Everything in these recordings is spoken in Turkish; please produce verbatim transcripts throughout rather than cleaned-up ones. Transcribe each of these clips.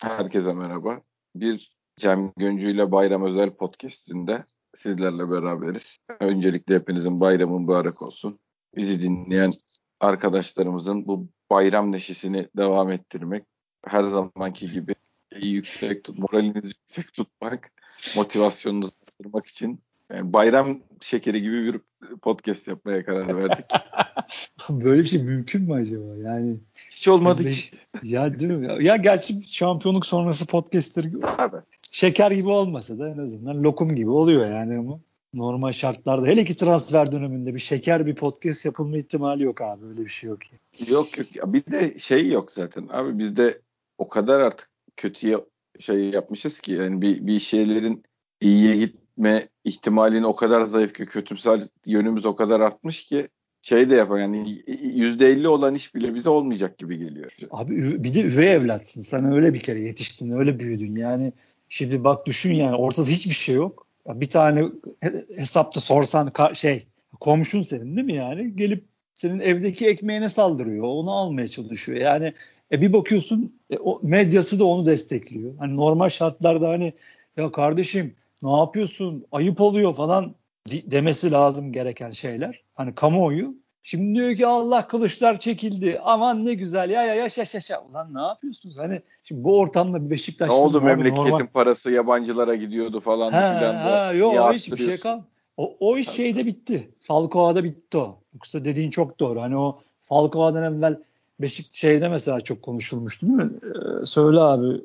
Herkese merhaba. Bir Cem Göncü ile Bayram Özel podcast'inde sizlerle beraberiz. Öncelikle hepinizin bayramı mübarek olsun. Bizi dinleyen arkadaşlarımızın bu bayram neşesini devam ettirmek, her zamanki gibi yüksek tut, moralinizi yüksek tutmak, motivasyonunuzu arttırmak için yani bayram şekeri gibi bir podcast yapmaya karar verdik. Böyle bir şey mümkün mü acaba? Yani Hiç olmadı be- ki. ya değil mi? Ya, ya gerçi şampiyonluk sonrası podcastleri Abi. şeker gibi olmasa da en azından lokum gibi oluyor yani ama normal şartlarda hele ki transfer döneminde bir şeker bir podcast yapılma ihtimali yok abi. Öyle bir şey yok ya. Yok yok. Ya bir de şey yok zaten. Abi bizde o kadar artık kötüye şey yapmışız ki yani bir, bir şeylerin iyiye gitme ihtimalini o kadar zayıf ki kötümser yönümüz o kadar artmış ki şey de yapar yani yüzde elli olan iş bile bize olmayacak gibi geliyor. Abi üve- bir de üvey evlatsın. Sen öyle bir kere yetiştin, öyle büyüdün. Yani şimdi bak düşün yani ortada hiçbir şey yok. Ya bir tane he- hesapta sorsan ka- şey komşun senin değil mi yani? Gelip senin evdeki ekmeğine saldırıyor. Onu almaya çalışıyor. Yani e bir bakıyorsun e, o medyası da onu destekliyor. Hani normal şartlarda hani ya kardeşim ne yapıyorsun? Ayıp oluyor falan di- demesi lazım gereken şeyler. Hani kamuoyu şimdi diyor ki Allah kılıçlar çekildi. Aman ne güzel ya ya yaşa yaşa yaşa. Ulan ne yapıyorsunuz? Hani şimdi bu ortamda bir Ne Beşiktaşlısın oldu abi normal. memleketin parası yabancılara gidiyordu Ha falandı filandı. ha Niye yo hiç bir şey arttırıyorsun? kal. O, o iş Tabii, şeyde tabii. bitti. Falcao'da bitti o. Yoksa dediğin çok doğru. Hani o Falcao'dan evvel Beşik şeyde mesela çok konuşulmuştu değil mi? Ee, söyle abi.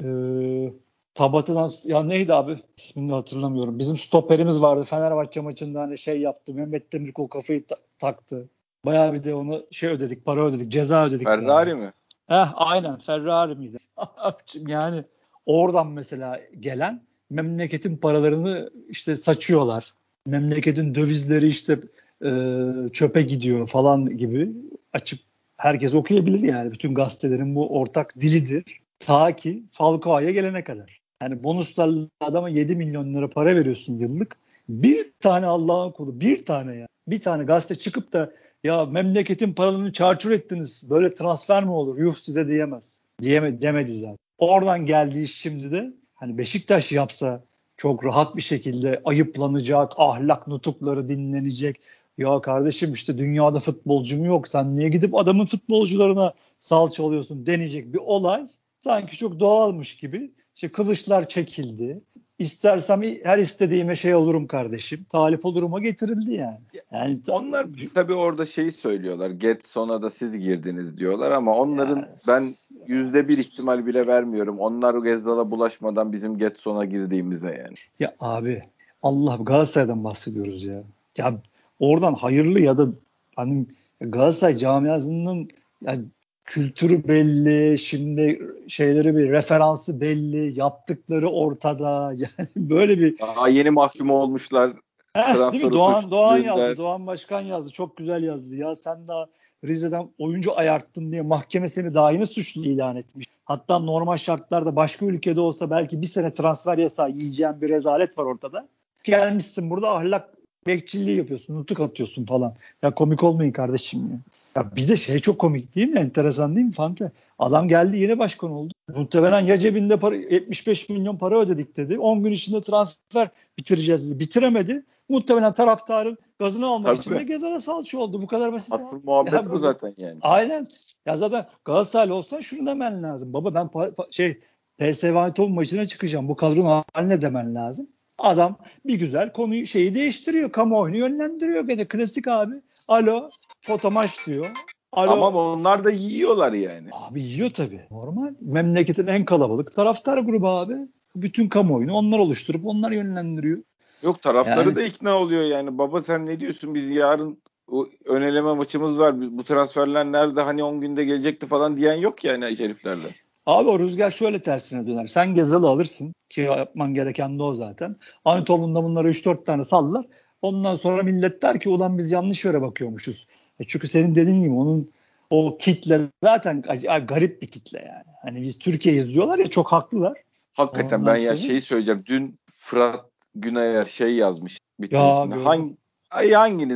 Ee, Tabatı'dan ya neydi abi? İsmini hatırlamıyorum. Bizim stoperimiz vardı. Fenerbahçe maçında hani şey yaptı. Mehmet Demirkol kafayı ta- taktı. Bayağı bir de onu şey ödedik, para ödedik, ceza ödedik be abi. Ferrari mi? Heh, aynen Ferrari miydi? Abicim yani oradan mesela gelen memleketin paralarını işte saçıyorlar. Memleketin dövizleri işte e, çöpe gidiyor falan gibi açıp herkes okuyabilir yani. Bütün gazetelerin bu ortak dilidir. Ta ki Falcao'ya gelene kadar. Yani bonuslarla adama yedi milyon lira para veriyorsun yıllık. Bir tane Allah'ın kulu, bir tane ya. Bir tane gazete çıkıp da ya memleketin paralarını çarçur ettiniz. Böyle transfer mi olur? Yuh size diyemez. Diyeme, demedi zaten. Oradan geldiği şimdi de hani Beşiktaş yapsa çok rahat bir şekilde ayıplanacak, ahlak nutukları dinlenecek. Ya kardeşim işte dünyada futbolcu mu yok? Sen niye gidip adamın futbolcularına salça oluyorsun deneyecek bir olay. Sanki çok doğalmış gibi. İşte kılıçlar çekildi. İstersem her istediğime şey olurum kardeşim. Talip oluruma getirildi yani. Yani ta- Onlar tabii orada şeyi söylüyorlar. Getson'a da siz girdiniz diyorlar ama onların ya, ben yüzde bir ihtimal bile vermiyorum. Onlar Gezzal'a bulaşmadan bizim Getson'a girdiğimize yani. ya abi Allah Galatasaray'dan bahsediyoruz ya. Ya oradan hayırlı ya da hani Galatasaray camiasının yani kültürü belli, şimdi şeyleri bir referansı belli, yaptıkları ortada. Yani böyle bir Daha yeni mahkum olmuşlar. heh, değil Transfer mi? usulü Doğan Doğan yazdı. yüzünden. Doğan Başkan yazdı. Çok güzel yazdı. Ya sen daha Rize'den oyuncu ayarttın diye mahkeme seni daha yeni suçlu ilan etmiş. Hatta normal şartlarda başka ülkede olsa belki bir sene transfer yasağı yiyeceğin bir rezalet var ortada. Gelmişsin burada ahlak bekçiliği yapıyorsun, nutuk atıyorsun falan. Ya komik olmayın kardeşim ya. Ya bir de şey çok komik değil mi? Enteresan değil mi Fante? Adam geldi yeni başkan oldu. Muhtemelen ya cebinde para, yetmiş beş milyon para ödedik dedi. on gün içinde transfer bitireceğiz dedi. Bitiremedi. Muhtemelen taraftarın gazını almak için de Tabii. Gezal'a salça oldu. Bu kadar basit abi. Asıl muhabbet Ya o bu, zaten yani. aynen. Ya zaten Galatasaraylı olsan şunu demen lazım. Baba ben pa- pa- şey P S V Eindhoven maçına çıkacağım. Bu kadronun haline demen lazım. Adam bir güzel konuyu şeyi değiştiriyor. Kamuoyunu yönlendiriyor. Gene klasik abi. Alo foto maç diyor. Ama Alo onlar da yiyorlar yani. abi yiyor tabii. Normal. Memleketin en kalabalık taraftar grubu abi. Bütün kamuoyunu onlar oluşturup onlar yönlendiriyor. Yok taraftarı Yani da ikna oluyor yani. Baba sen ne diyorsun? Biz yarın o ön eleme maçımız var. Bu transferler nerede? Hani on günde gelecekti falan diyen yok yani heriflerle. abi o rüzgar şöyle tersine döner. Sen Gezal'ı alırsın ki yapman gereken de o zaten. Eindhoven'da bunlara üç dört tane sallar. Ondan sonra millet der ki ulan biz yanlış yere bakıyormuşuz. E çünkü senin dediğin gibi onun o kitle zaten ac- garip bir kitle yani. Hani biz Türkiye izliyorlar ya çok haklılar. Hakikaten ben Ondan ya sonra şeyi söyleyeceğim. Dün Fırat Günayer şey yazmış bir ya tweetinde. gördüm. Hangi, ay hanginiz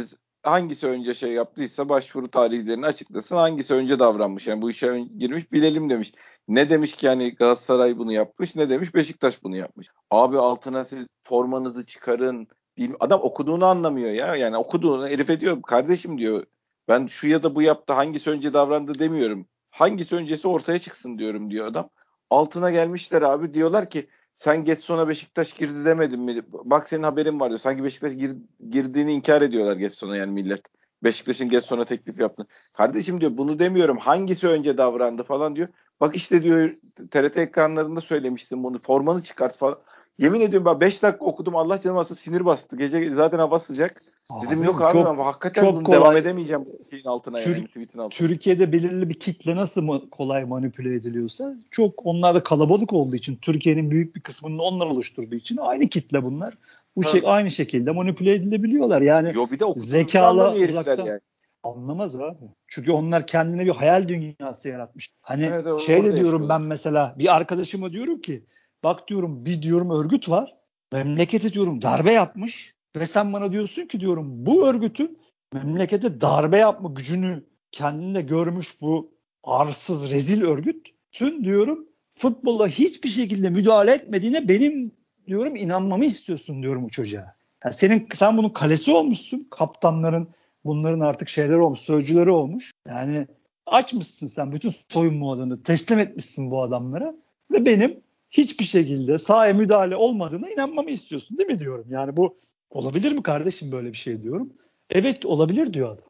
hangisi önce şey yaptıysa başvuru tarihlerini açıklasın. Hangisi önce davranmış yani bu işe ön- girmiş bilelim demiş. Ne demiş ki yani Galatasaray bunu yapmış, ne demiş Beşiktaş bunu yapmış. Abi altına siz formanızı çıkarın. Bil- Adam okuduğunu anlamıyor ya. Yani okuduğunu herife diyor kardeşim diyor. Ben şu ya da bu yaptı hangisi önce davrandı demiyorum. Hangisi öncesi ortaya çıksın diyorum diyor adam. Altına gelmişler abi diyorlar ki sen Getson'a Beşiktaş girdi demedin mi? Bak senin haberin var diyor. Sanki Beşiktaş gir, girdiğini inkar ediyorlar Getson'a yani millet. Beşiktaş'ın Getson'a teklif yaptı. Kardeşim diyor bunu demiyorum. Hangisi önce davrandı falan diyor. Bak işte diyor T R T ekranlarında söylemişsin bunu. Formanı çıkart falan. Yemin ediyorum ben beş dakika okudum. Allah canım alsın sinir bastı. Gece zaten hava sıcak. Dedim yok Abi abi çok ama hakikaten çok bunu devam kolay. edemeyeceğim bu şeyin altına yani Türk tweet'in altına. Türkiye'de belirli bir kitle nasıl mı kolay manipüle ediliyorsa çok onlar da kalabalık olduğu için Türkiye'nin büyük bir kısmını onlar oluşturduğu için aynı kitle bunlar. Bu şey Tabii. aynı şekilde manipüle edilebiliyorlar. Yani Yo bir de okuduğunu da zekalı anlamıyor herifler uzaktan yani. anlamaz abi. Çünkü onlar kendine bir hayal dünyası yaratmış. Hani Evet şey de orada diyorum ben yaşıyorlar. mesela bir arkadaşıma diyorum ki bak diyorum bir diyorum örgüt var. Memlekete diyorum darbe yapmış ve sen bana diyorsun ki diyorum bu örgütün memlekete darbe yapma gücünü kendinde görmüş bu arsız rezil örgütün diyorum futbola hiçbir şekilde müdahale etmediğine benim diyorum inanmamı istiyorsun diyorum o çocuğa. Yani senin sen bunun kalesi olmuşsun. Kaptanların bunların artık şeyleri olmuş, sözcüleri olmuş. Yani açmışsın sen bütün soyunma alanını, teslim etmişsin bu adamlara ve benim hiçbir şekilde sahaya müdahale olmadığına inanmamı istiyorsun değil mi diyorum. Yani bu olabilir mi kardeşim böyle bir şey diyorum. Evet olabilir diyor adam.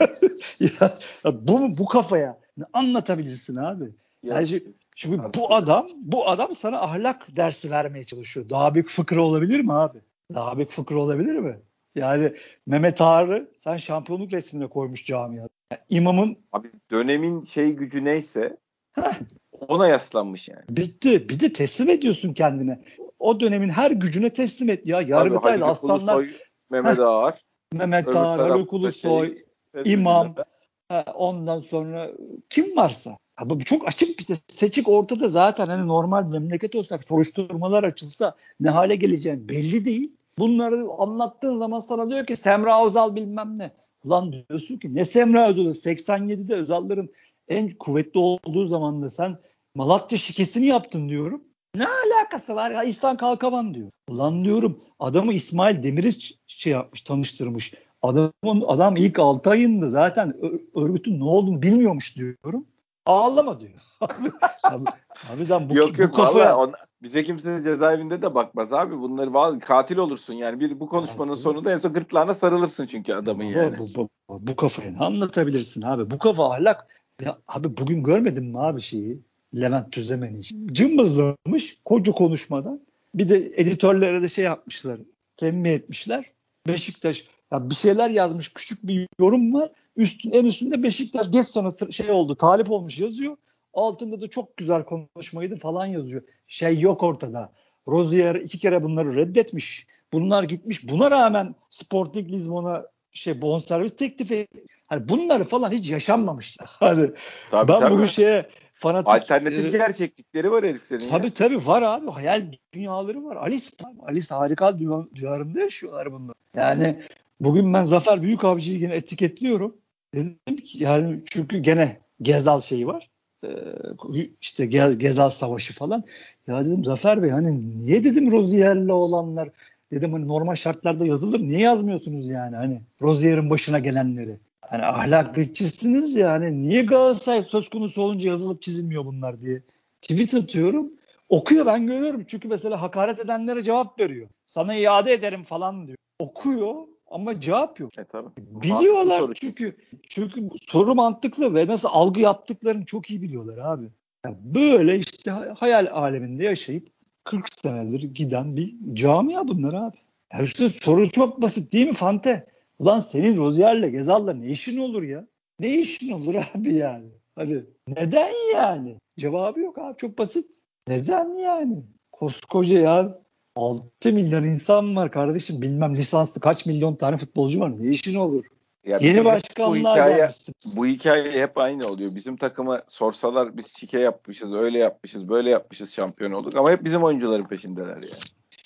ya, ya bu bu kafaya ne anlatabilirsin abi? Yani Yok. şu, şimdi bu Tartışılır. adam bu adam sana ahlak dersi vermeye çalışıyor. Daha büyük fıkra olabilir mi abi? Daha büyük fıkra olabilir mi? Yani Mehmet Ağar'ı sen şampiyonluk resmine koymuş camiada. Yani imamın Abi dönemin şey gücü neyse heh, ona yaslanmış yani. bitti. Bir de teslim ediyorsun kendine. O dönemin her gücüne teslim et. Ya Abi Yargıtay'da Haluk aslanlar Ulusoy, heh, Mehmet Ağar, Mehmet öbür Ağar, Haluk tarafta şey Ulusoy, FETÖ'cüler. imam, ha, ondan sonra kim varsa. Ha, bu çok açık bir se- seçik ortada zaten. Hani normal memleket olsak soruşturmalar açılsa ne hale geleceğin belli değil. Bunları anlattığın zaman sana diyor ki Semra Özal bilmem ne. Ulan diyorsun ki ne Semra Özal'ı seksen yedide Özal'ların en kuvvetli olduğu zamanda sen Malatya şikesini yaptın diyorum. Ne alakası var ya İhsan Kalkavan diyor. Ulan diyorum adamı İsmail Demiriç şey yapmış tanıştırmış. Adamın adam ilk altı ayında zaten örgütün ne olduğunu bilmiyormuş diyorum. Ağlama diyor. Abi, abi, abi sen bu, Yok bu yok valla kafaya on, bize kimse cezaevinde de bakmaz abi. Bunları vallahi katil olursun yani. Bir bu konuşmanın abi, sonunda en son gırtlağına sarılırsın çünkü adamın baba yani. bu, bu, bu kafayı ne anlatabilirsin abi? Bu kafa ahlak. Ya, abi bugün görmedin mi abi şeyi? Levent Tüzemen'i. Cımbızlamış koca konuşmadan. Bir de editörlere de şey yapmışlar. Tembih etmişler. Beşiktaş ya bir şeyler yazmış. Küçük bir yorum var. Üstün, en üstünde Beşiktaş geç sonra tır- şey oldu. Talip olmuş yazıyor. Altında da çok güzel konuşmaydı falan yazıyor. Şey yok ortada. Rozier iki kere bunları reddetmiş. Bunlar gitmiş. Buna rağmen Sporting Lisbon'a şey bonservis teklif etmiş. Hani bunları falan hiç yaşanmamış. Hani Tabii ben bugün tabii. şeye fanatik Alternatif e, gerçeklikleri var heriflerin ya. tabii tabii var abi. Hayal dünyaları var. Alice, Alice harika diyarında yaşıyorlar bunlar. Yani bugün ben Zafer Büyükavcı'yı yine etiketliyorum. Dedim ki yani çünkü gene Gezal şeyi var. Ee, işte Ge- Gezal Savaşı falan. Ya dedim Zafer Bey hani niye dedim Rozier'le olanlar dedim hani normal şartlarda yazılır. Niye yazmıyorsunuz yani hani Rozier'in başına gelenleri? Hani ahlak bekçisiniz ya hani niye Galatasaray söz konusu olunca yazılıp çizilmiyor bunlar diye tweet atıyorum. Okuyor ben görüyorum. Çünkü mesela hakaret edenlere cevap veriyor. Sana iade ederim falan diyor. Okuyor ama cevap yok. E tabii. Haklı Biliyorlar soru çünkü. çünkü çünkü soru mantıklı ve nasıl algı yaptıklarını çok iyi biliyorlar abi. Yani böyle işte hayal aleminde yaşayıp kırk senedir giden bir camia bunlar abi. Ya işte soru çok basit değil mi Fante? Ulan senin Rozier'le Gezal'la ne işin olur ya? Ne işin olur abi yani? Hadi neden yani? Cevabı yok abi çok basit. Neden yani? Koskoca ya altı milyon insan var kardeşim. Bilmem lisanslı kaç milyon tane futbolcu var. Ne işin olur? Ya bir Yeni de hep bu başkanlığa hikaye gelmişsin. bu hikaye hep aynı oluyor. Bizim takıma sorsalar biz şike yapmışız, öyle yapmışız, böyle yapmışız şampiyon olduk ama hep bizim oyuncuların peşindeler yani.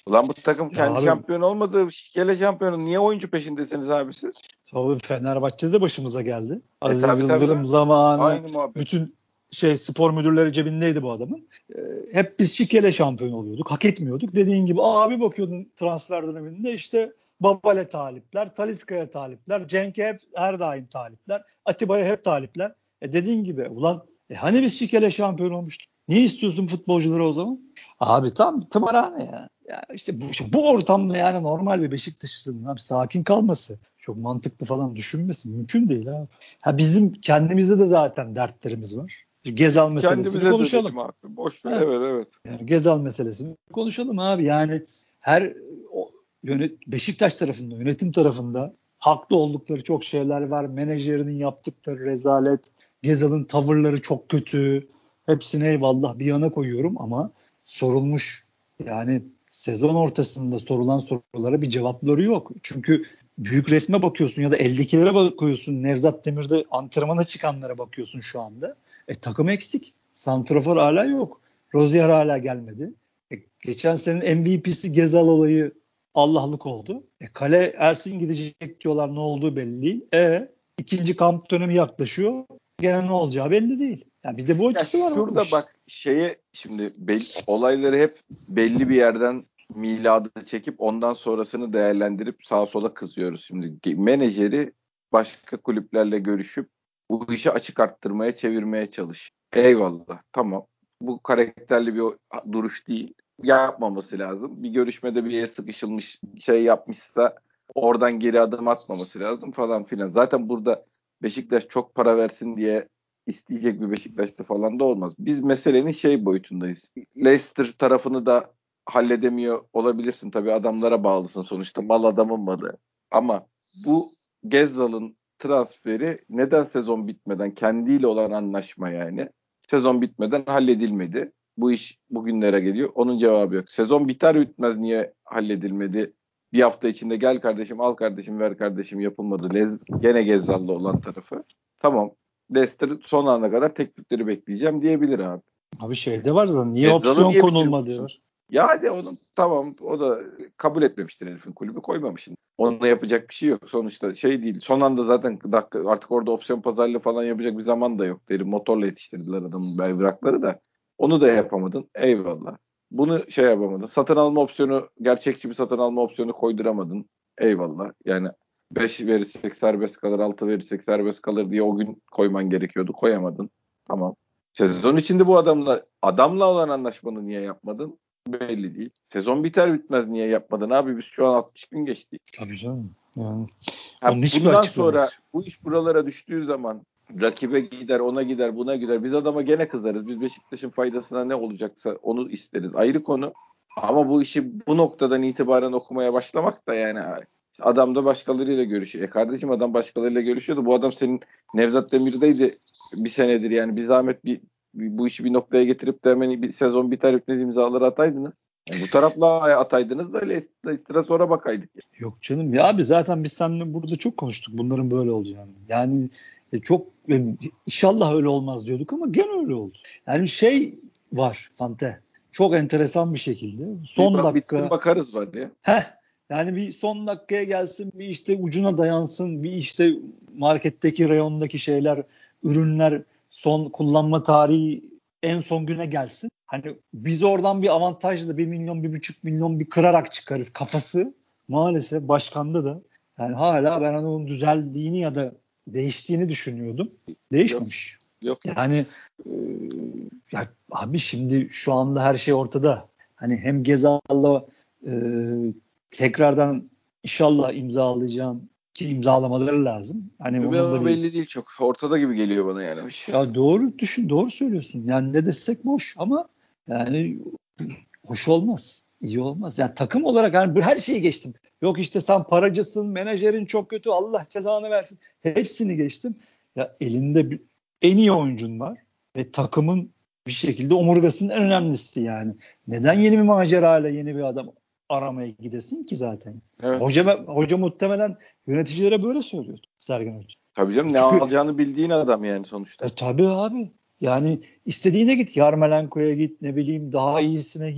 Ulan bu takım Ya kendi abi, şampiyon olmadı. Şikele şampiyonu. Niye oyuncu peşindesiniz abi siz? tabii Fenerbahçe'de de başımıza geldi. E Aziz tabii tabii. Yıldırım zamanı Aynı muhabbet. bütün şey spor müdürleri cebindeydi bu adamın. Ee, hep biz şikele şampiyon oluyorduk. Hak etmiyorduk. Dediğin gibi abi bakıyordun transfer döneminde işte Babale talipler, Talisca'ya talipler, Cenk'e hep her daim talipler, Atiba'ya hep talipler. E dediğin gibi ulan e hani biz şikele şampiyon olmuştuk? Niye istiyorsun futbolcuları o zaman? Abi tam tımarhane ya. Ya işte bu, işte bu ortamda yani normal bir Beşiktaş'ın abi sakin kalması, çok mantıklı falan düşünmesi mümkün değil abi. Ha bizim kendimizde de zaten dertlerimiz var. Gezal meselesini Kendimize konuşalım. dönelim abi. Boş ver. Ha, Evet evet. yani Gezal meselesini konuşalım abi. Yani her o, yönet, Beşiktaş tarafında, yönetim tarafında haklı oldukları çok şeyler var. Menajerinin yaptıkları rezalet, Gezal'ın tavırları çok kötü. Hepsine eyvallah bir yana koyuyorum ama sorulmuş yani sezon ortasında sorulan sorulara bir cevapları yok. Çünkü büyük resme bakıyorsun ya da eldekilere bakıyorsun. Nevzat Demir'de antrenmana çıkanlara bakıyorsun şu anda. E takım eksik. Santrafor hala yok. Rozier hala gelmedi. E, geçen senenin M V P'si Gezal olayı Allah'lık oldu. E, kale Ersin gidecek diyorlar, ne olduğu belli değil. E ikinci kamp dönemi yaklaşıyor. Gene ne olacağı belli değil. Yani bir de bu Ya açısı var bu şurada iş. bak şeye şimdi belli, olayları hep belli bir yerden miladı çekip ondan sonrasını değerlendirip sağa sola kızıyoruz. Şimdi menajeri başka kulüplerle görüşüp bu işi açık arttırmaya çevirmeye çalış. Eyvallah, tamam. Bu karakterli bir duruş değil. Yapmaması lazım. Bir görüşmede bir yere sıkışılmış şey yapmışsa oradan geri adım atmaması lazım falan filan. Zaten burada Beşiktaş çok para versin diye isteyecek bir Beşiktaş'ta falan da olmaz. Biz meselenin şey boyutundayız. Leicester tarafını da halledemiyor olabilirsin. Tabii adamlara bağlısın sonuçta. Mal adamın malı. Ama bu Gezzal'ın transferi neden sezon bitmeden kendiyle olan anlaşma yani sezon bitmeden halledilmedi? Bu iş bugünlere geliyor. Onun cevabı yok. Sezon biter bitmez niye halledilmedi? Bir hafta içinde gel kardeşim, al kardeşim, ver kardeşim yapılmadı. Lez, gene Gezzal'da olan tarafı. Tamam. Leicester son ana kadar teklifleri bekleyeceğim diyebilir abi. Abi şeyde var da niye Gezzal'ı opsiyon niye konulma bitirmiyorsun? diyor. Ya hadi onun tamam o da kabul etmemiştir herifin kulübü koymamışsın. Onunla yapacak bir şey yok. Sonuçta şey değil. Son anda zaten dakika, artık orada opsiyon pazarlığı falan yapacak bir zaman da yok. Derim motorla yetiştirdiler adamın belvrakları da. Onu da yapamadın. Eyvallah. Bunu şey yapamadın. Satın alma opsiyonu, gerçekçi bir satın alma opsiyonu koyduramadın. Eyvallah. Yani beş verirsek serbest kalır, altı verirsek serbest kalır diye o gün koyman gerekiyordu. Koyamadın. Tamam. Sezon içinde bu adamla adamla olan anlaşmanı niye yapmadın? Belli değil. Sezon biter bitmez niye yapmadın abi? Biz şu an altmış gün geçti. Tabii canım. Yani Ha, onun hiçbir bundan açıklaması. sonra bu iş buralara düştüğü zaman rakibe gider, ona gider, buna gider. Biz adama gene kızarız. Biz Beşiktaş'ın faydasına ne olacaksa onu isteriz. Ayrı konu. Ama bu işi bu noktadan itibaren okumaya başlamak da yani adam da başkalarıyla görüşüyor. E kardeşim adam başkalarıyla görüşüyordu. Bu adam senin Nevzat Demir'deydi bir senedir yani. Bir zahmet bir, bir bu işi bir noktaya getirip de hemen bir sezon biter bitmez imzaları ataydınız. Yani bu tarafla ataydınız da Leicester'a sonra bakaydık. Yok canım ya abi, zaten biz seninle burada çok konuştuk bunların böyle olacağını. Yani e, çok e, inşallah öyle olmaz diyorduk ama gene öyle oldu. Yani şey var Fante. Çok enteresan bir şekilde Bir son bak bitsin dakika, bakarız var ya. heh, yani bir son dakikaya gelsin, bir işte ucuna dayansın, bir işte marketteki reyondaki şeyler, ürünler son kullanma tarihi en son güne gelsin. Hani biz oradan bir avantajla bir milyon, bir buçuk milyon bir kırarak çıkarız kafası maalesef başkanda da. Yani hala ben onun düzeldiğini ya da değiştiğini düşünüyordum. Yok Değişmemiş. yok yok. Yani e, ya abi şimdi şu anda her şey ortada. Hani hem Gezal'la e, tekrardan inşallah imzalayacağım ki imzalamaları lazım. Hani Ve onun da o bir, belli değil çok. Ortada gibi geliyor bana yani. Bir şey. ya doğru düşün, doğru söylüyorsun. Yani ne desek boş ama yani hoş olmaz. İyi olmaz. Yani takım olarak yani bu her şeyi geçtim. Yok işte sen paracısın, menajerin çok kötü, Allah cezanı versin. Hepsini geçtim. Ya elinde bir, en iyi oyuncun var ve takımın bir şekilde omurgasının en önemlisi yani. Neden yeni bir macerayla yeni bir adam aramaya gidesin ki zaten? Evet. Hoca, hoca muhtemelen yöneticilere böyle söylüyordu, Sergen Hoca. Tabii canım ne Çünkü alacağını bildiğin adam yani e, sonuçta. tabii abi. Yani istediğine git. Yarmolenko'ya git. Ne bileyim daha iyisine git.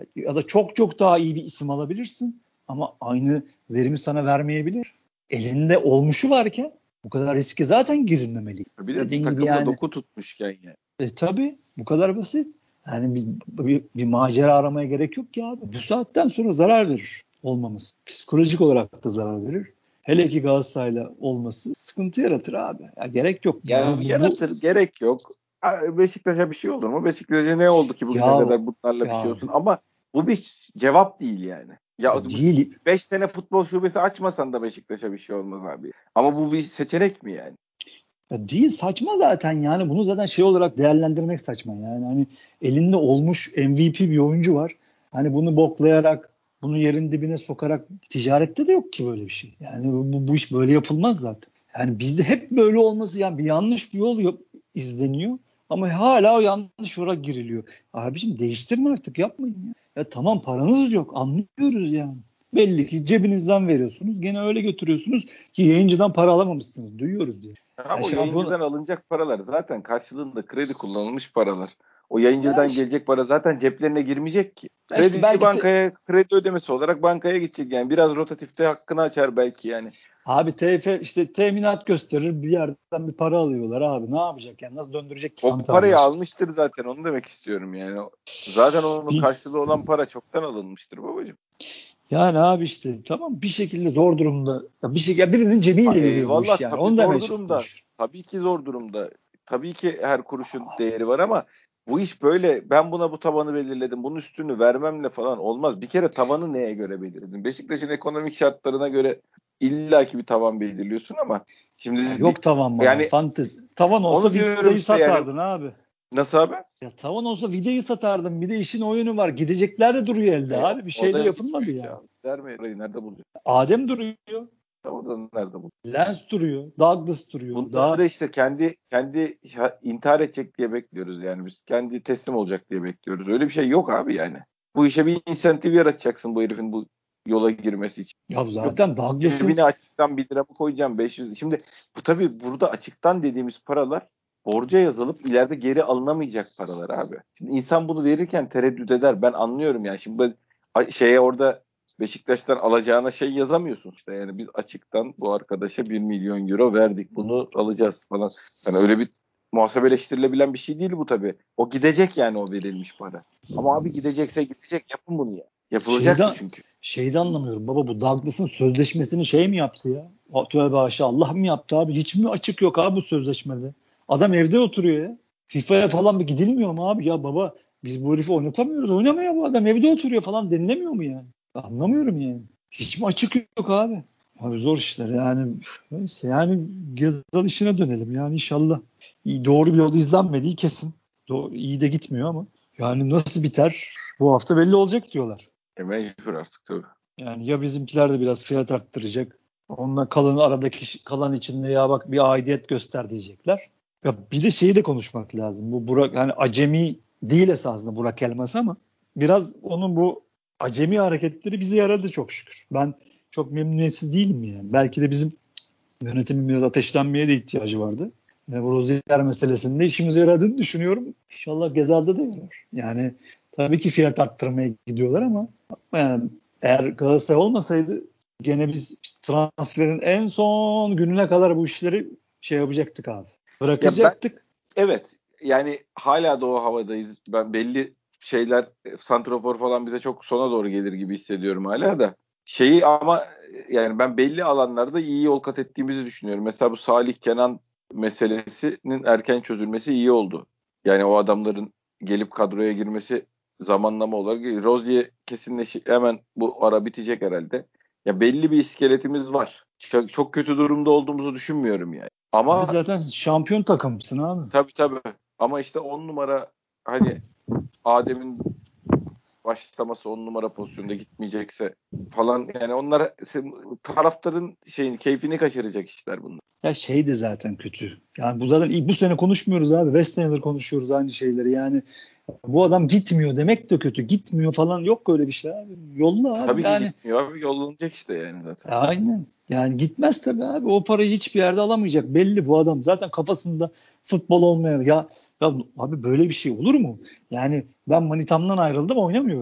Ya da çok çok daha iyi bir isim alabilirsin ama aynı verimi sana vermeyebilir. Elinde olmuşu varken bu kadar riske zaten girilmemeli. Bir de Dediğin gibi takımda yani. doku tutmuşken yani. E tabii bu kadar basit. Yani bir, bir, bir macera aramaya gerek yok ki abi. Bu saatten sonra zarar verir olmamız. Psikolojik olarak da zarar verir. Hele ki Galatasaray'la olması sıkıntı yaratır abi. Ya gerek yok. Yani Yani bu, bu yaratır, gerek yok. Beşiktaş'a bir şey olur mu? Beşiktaş'a ne oldu ki bugüne ya kadar bunlarla bir şey ya olsun? Ama bu bir cevap değil yani. Ya değil. beş sene futbol şubesi açmasan da Beşiktaş'a bir şey olmaz abi. Ama bu bir seçenek mi yani? Ya değil, saçma zaten yani bunu zaten şey olarak değerlendirmek saçma yani hani elinde olmuş M V P bir oyuncu var. Hani bunu boklayarak bunu yerin dibine sokarak ticarette de yok ki böyle bir şey. Yani bu, bu iş böyle yapılmaz zaten. Yani bizde hep böyle olması yani bir yanlış bir yol yap, izleniyor ama hala o yanlış yola giriliyor. Abiciğim değiştirin artık yapmayın ya. Ya tamam paranız yok anlıyoruz yani. Belli ki cebinizden veriyorsunuz. Gene öyle götürüyorsunuz ki yayıncıdan para alamamışsınız. Duyuyoruz diye. Abi Ya o şampiyon yayıncıdan alınacak paralar zaten karşılığında kredi kullanılmış paralar. O yayıncıdan ya işte, gelecek para zaten ceplerine girmeyecek ki. ya işte Kredi belki te, bankaya, kredi ödemesi olarak bankaya gidecek yani. Biraz rotatifte hakkını açar belki yani. abi T F işte teminat gösterir bir yerden bir para alıyorlar abi. Ne yapacak yani? Nasıl döndürecek ki O Fant abi parayı işi? almıştır zaten, onu demek istiyorum yani. Zaten onun Bil- karşılığı olan para çoktan alınmıştır babacığım. Yani abi işte tamam bir şekilde zor durumda ya bir şey ya birinin cebiyle yürüyor bu iş Eyvallah, yani. tabii Onu zor demeye durumda. çalışıyorum. Tabii ki zor durumda. Tabii ki her kuruşun değeri var ama bu iş böyle, ben buna bu tavanı belirledim, bunun üstünü vermemle falan olmaz. Bir kere tavanı neye göre belirledin? Beşiktaş'ın ekonomik şartlarına göre illaki bir tavan belirliyorsun ama Ya şimdi bir, yok tavan mavan. yani Fantezi. Tavan olsa onu diyorum vidayı işte yani, satardın abi. nasıl abi? Ya tavan olsa vidayı satardın. Bir de işin oyunu var. Gidecekler de duruyor elde E, abi. Bir o şey de da yapılmadı gitmiyor ki yani. abi. Der mi? Parayı nerede bulacak? Adem duruyor. O da nerede bulacak? Lens duruyor. Douglas duruyor. Bunları Daha işte kendi kendi ya- intihar edecek diye bekliyoruz yani, biz kendi teslim olacak diye bekliyoruz. Öyle bir şey yok abi yani. Bu işe bir insentif yaratacaksın bu herifin bu yola girmesi için. ya Yok, zaten Douglas'ın cebine açıktan bir lira mı koyacağım, beş yüz. Şimdi bu tabii burada açıktan dediğimiz paralar borca yazılıp ileride geri alınamayacak paralar abi. Şimdi insan bunu verirken tereddüt eder. Ben anlıyorum yani. Şimdi ben a- şeye orada Beşiktaş'tan alacağına şey yazamıyorsun işte. Yani biz açıktan bu arkadaşa bir milyon euro verdik, bunu alacağız falan. Yani öyle bir muhasebeleştirilebilen bir şey değil bu tabii. O gidecek yani, o verilmiş para. Ama abi gidecekse gidecek, yapın bunu ya. Yapılacak bu şeyden çünkü. şeyde anlamıyorum baba bu Douglas'ın sözleşmesini şey mi yaptı ya? O, tövbe aşağı Allah mı yaptı abi? Hiç mi açık yok abi bu sözleşmede? Adam evde oturuyor ya. FIFA'ya falan bir gidilmiyor mu abi? Ya baba biz bu herifi oynatamıyoruz. Oynamıyor bu adam evde oturuyor falan denilemiyor mu yani? Anlamıyorum yani. Hiç mi açık yok abi? Abi zor işler yani. Neyse yani Gezal işine dönelim yani inşallah. İyi, doğru bir yol izlenmediği kesin. Doğru, iyi de gitmiyor ama. Yani nasıl biter bu hafta belli olacak diyorlar. E mecbur artık tabii. Yani ya bizimkiler de biraz fiyat arttıracak. Onunla kalan aradaki kalan içinde ya bak bir aidiyet göster diyecekler. Ya bir de şeyi de konuşmak lazım. Bu Burak yani acemi değil esasında Burak Elmas ama biraz onun bu acemi hareketleri bize yaradı çok şükür. Ben çok memnuniyetsiz değilim yani. Belki de bizim yönetimin biraz ateşlenmeye de ihtiyacı vardı. Yani bu Rozier meselesinde işimize yaradığını düşünüyorum. İnşallah Gezal'da da yarar. Yani tabii ki fiyat arttırmaya gidiyorlar ama yani eğer Galatasaray olmasaydı gene biz transferin en son gününe kadar bu işleri şey yapacaktık abi. Ya ben, Bırakacaktık. evet, yani hala da o havadayız. Ben belli şeyler, e, santrafor falan bize çok sona doğru gelir gibi hissediyorum hala da. Şeyi ama e, yani ben belli alanlarda iyi yol kat ettiğimizi düşünüyorum. Mesela bu Salih Kenan meselesinin erken çözülmesi iyi oldu. Yani o adamların gelip kadroya girmesi zamanlama olarak, Rozier kesinleşi hemen bu ara bitecek herhalde. Ya belli bir iskeletimiz var. Çok, çok kötü durumda olduğumuzu düşünmüyorum yani. Abi Ama zaten şampiyon takımsın abi. tabii tabii. Ama işte on numara, hani Adem'in başlaması on numara pozisyonda gitmeyecekse falan, yani onlar taraftarın şeyini, keyfini kaçıracak işler bunlar. Ya şey de zaten kötü. Yani bu zaten iyi- bu sene konuşmuyoruz abi. Beş senedir konuşuyoruz aynı şeyleri. Yani bu adam gitmiyor demek de kötü. Gitmiyor falan yok öyle bir şey abi. Yolla abi Tabii ki yani. gitmiyor abi, yollanacak işte yani zaten. Ya aynen. Yani gitmez tabii abi. O parayı hiçbir yerde alamayacak. Belli bu adam. Zaten kafasında futbol olmayan. Ya ya abi böyle bir şey olur mu? Yani ben manitamdan ayrıldım oynamıyorum.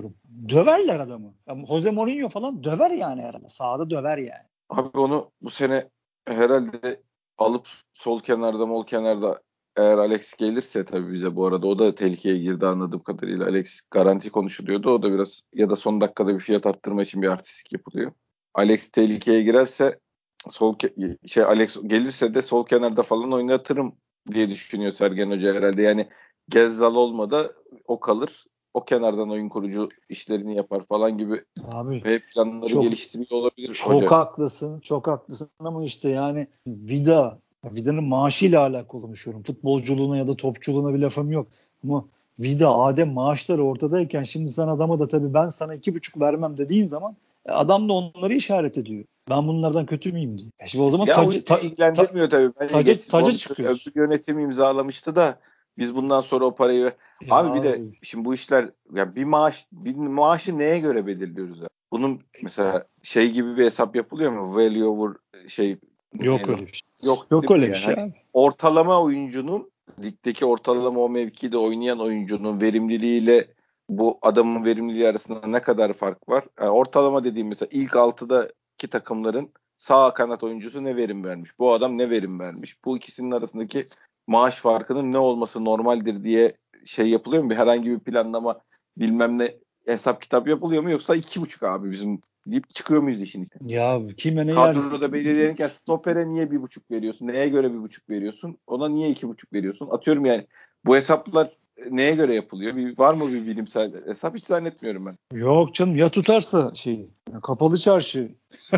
döverler adamı. Yani Jose Mourinho falan döver yani herhalde. Sahada döver yani. Abi onu bu sene herhalde alıp sol kenarda mol kenarda eğer Alex gelirse tabii bize bu arada o da tehlikeye girdi anladığım kadarıyla. Alex garanti konuşuluyordu. O da biraz ya da son dakikada bir fiyat arttırma için bir artistik yapılıyor. Alex tehlikeye girerse sol ke- şey Alex gelirse de sol kenarda falan oynatırım diye düşünüyor Sergen Hoca herhalde. Yani Gezzal olmadı o kalır. O kenardan oyun kurucu işlerini yapar falan gibi Abi ve planları çok geliştiriyor olabilir çok hoca. haklısın. Çok haklısın ama işte yani Vida Vida'nın maaşıyla alakalı konuşuyorum. Futbolculuğuna ya da topçuluğuna bir lafım yok. Ama Vida, Adem maaşları ortadayken şimdi sen adama da tabii ben sana iki buçuk vermem dediğin zaman e, adam da onları işaret ediyor. Ben bunlardan kötü müyüm diye. E şimdi o zaman Ya o tacı, bizi ta, ta, ilgilendirmiyor tabii. Bence taca, geç, taca bonservi çıkıyorsun. öbür yönetim imzalamıştı da biz bundan sonra o parayı abi bir Ya de şimdi bu işler ya bir maaş bir maaşı neye göre belirliyoruz ya? Bunun mesela şey gibi bir hesap yapılıyor mu? Value over şey yok neydi o? öyle bir şey. Yok Yok değil mi öyle bir yani? şey Hani abi. ortalama oyuncunun ligdeki ortalama o mevkide oynayan oyuncunun verimliliğiyle bu adamın verimliliği arasında ne kadar fark var? Yani ortalama dediğim mesela ilk altıdaki takımların sağ kanat oyuncusu ne verim vermiş? Bu adam ne verim vermiş? Bu ikisinin arasındaki maaş farkının ne olması normaldir diye şey yapılıyor mu? Bir herhangi bir planlama bilmem ne hesap kitap yapılıyor mu? Yoksa iki buçuk abi bizim deyip çıkıyor muyuz işin içine? Ya kime ne yerse Kadroda belirlenirken stopere niye bir buçuk veriyorsun? Neye göre bir buçuk veriyorsun? Ona niye iki buçuk veriyorsun? Atıyorum yani bu hesaplar neye göre yapılıyor? Bir, var mı bir bilimsel hesap? Hiç zannetmiyorum ben. yok canım ya tutarsa şeyi kapalı çarşı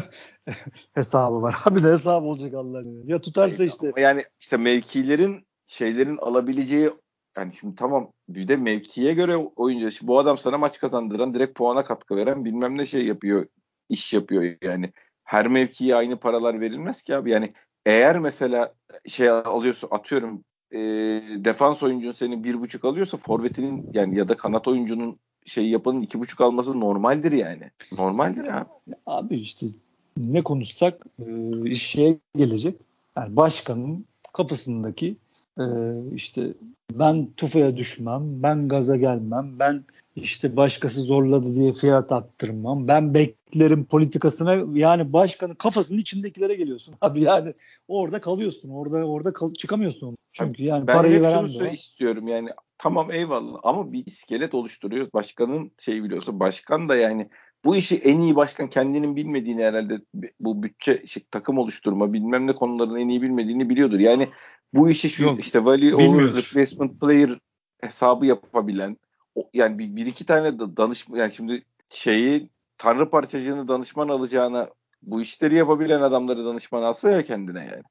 hesabı var. Abi ne hesabı olacak Allah'ın. Ya Hayır tutarsa işte ama yani işte mevkilerin şeylerin alabileceği yani şimdi tamam bir de mevkiye göre oyuncu. Şimdi bu adam sana maç kazandıran direkt puana katkı veren bilmem ne şey yapıyor iş yapıyor yani. Her mevkiye aynı paralar verilmez ki abi. Yani eğer mesela şey alıyorsun atıyorum e, defans oyuncun senin bir buçuk alıyorsa forvetinin yani ya da kanat oyuncunun şey yapanın iki buçuk alması normaldir yani. Normaldir abi. abi işte ne konuşsak e, iş şeye gelecek. Yani başkanın kapısındaki e, işte ben tufaya düşmem, ben gaza gelmem, ben işte başkası zorladı diye fiyat attırmam, ben beklerim politikasına yani başkanın kafasının içindekilere geliyorsun. Abi yani orada kalıyorsun, orada orada kal- çıkamıyorsun. Abi, Çünkü yani ben parayı hep şunu veren de sö- o. istiyorum yani tamam eyvallah ama bir iskelet oluşturuyor. Başkanın şeyi biliyorsa başkan da yani bu işi en iyi başkan kendinin bilmediğini herhalde bu bütçe işte, takım oluşturma bilmem ne konularını en iyi bilmediğini biliyordur. Yani bu işi şu Yok, işte value over bilmiyordur. replacement player hesabı yapabilen o, yani bir, bir iki tane da danışma yani şimdi şeyi tanrı parçacığını danışman alacağına bu işleri yapabilen adamları danışman alsa ya kendine yani.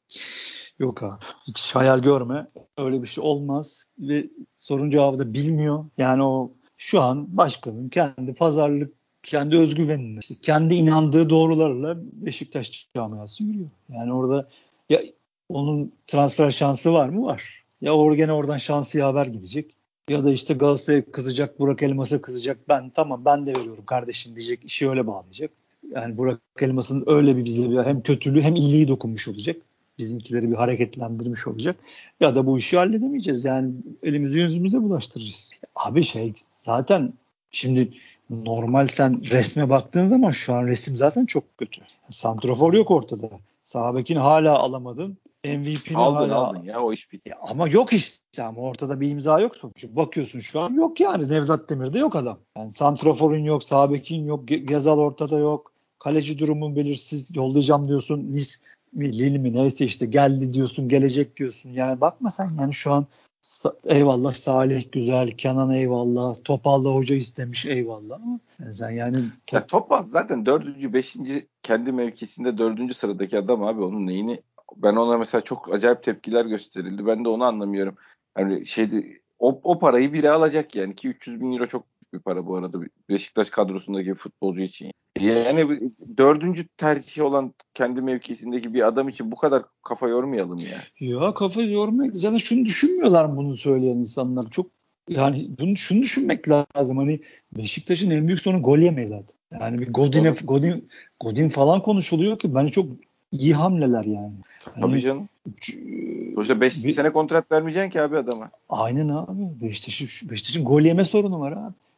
Yok abi. Hiç hayal görme. Öyle bir şey olmaz. Ve sorun cevabı da bilmiyor. Yani o şu an başkanın kendi pazarlık, kendi özgüvenine, işte kendi inandığı doğrularla Beşiktaş camiası yürüyor. Yani orada ya onun transfer şansı var mı? Var. Ya or gene oradan şansı yaver gidecek. Ya da işte Galatasaray'a kızacak, Burak Elmas'a kızacak. Ben tamam ben de veriyorum kardeşim diyecek. İşi öyle bağlayacak. Yani Burak Elmas'ın öyle bir bize bir hem kötülüğü hem iyiliği dokunmuş olacak. Bizimkileri bir hareketlendirmiş olacak. Ya da bu işi halledemeyeceğiz. Yani elimizi yüzümüze bulaştıracağız. Abi şey zaten şimdi normal sen resme baktığın zaman şu an resim zaten çok kötü. Santrafor yok ortada. Sağ bekini hala alamadın. M V P'ni Aldın aldın hala ya o iş bitti. ya ama yok işte ama ortada bir imza yok sonuçta. Bakıyorsun şu an yok yani Nevzat Demir'de yok adam. Yani santraforun yok, sağ bekin yok, Ge- Gezal ortada yok. Kaleci durumun belirsiz. Yollayacağım diyorsun. Nice mi, Lille mi neyse işte geldi diyorsun, gelecek diyorsun. Yani bakma sen yani şu an sa- eyvallah Salih güzel, Kenan eyvallah, Topal da hoca istemiş eyvallah ama yani sen yani top Ya Topal zaten dördüncü, beşinci kendi mevkisinde dördüncü sıradaki adam abi onun neyini ben ona mesela çok acayip tepkiler gösterildi. Ben de onu anlamıyorum. Hani şeydi o, o parayı biri alacak yani ki üç yüz bin euro çok büyük bir para bu arada Beşiktaş kadrosundaki bir futbolcu için. Yani bu dördüncü tercih olan kendi mevkisindeki bir adam için bu kadar kafa yormayalım ya. ya kafa yormak zaten şunu düşünmüyorlar bunu söyleyen insanlar. Çok yani bunu şunu düşünmek lazım. Hani Beşiktaş'ın en büyük sorunu gol yemeyi zaten. Yani bir Godin'e Doğru. Godin Godin falan konuşuluyor ki bence çok iyi hamleler yani. Tabii Hani canım. c- Sonuçta beş bir, sene kontrat vermeyeceksin ki abi adama. aynen abi. Beşiktaş'ın Beşiktaş'ın gol yeme sorunu var abi.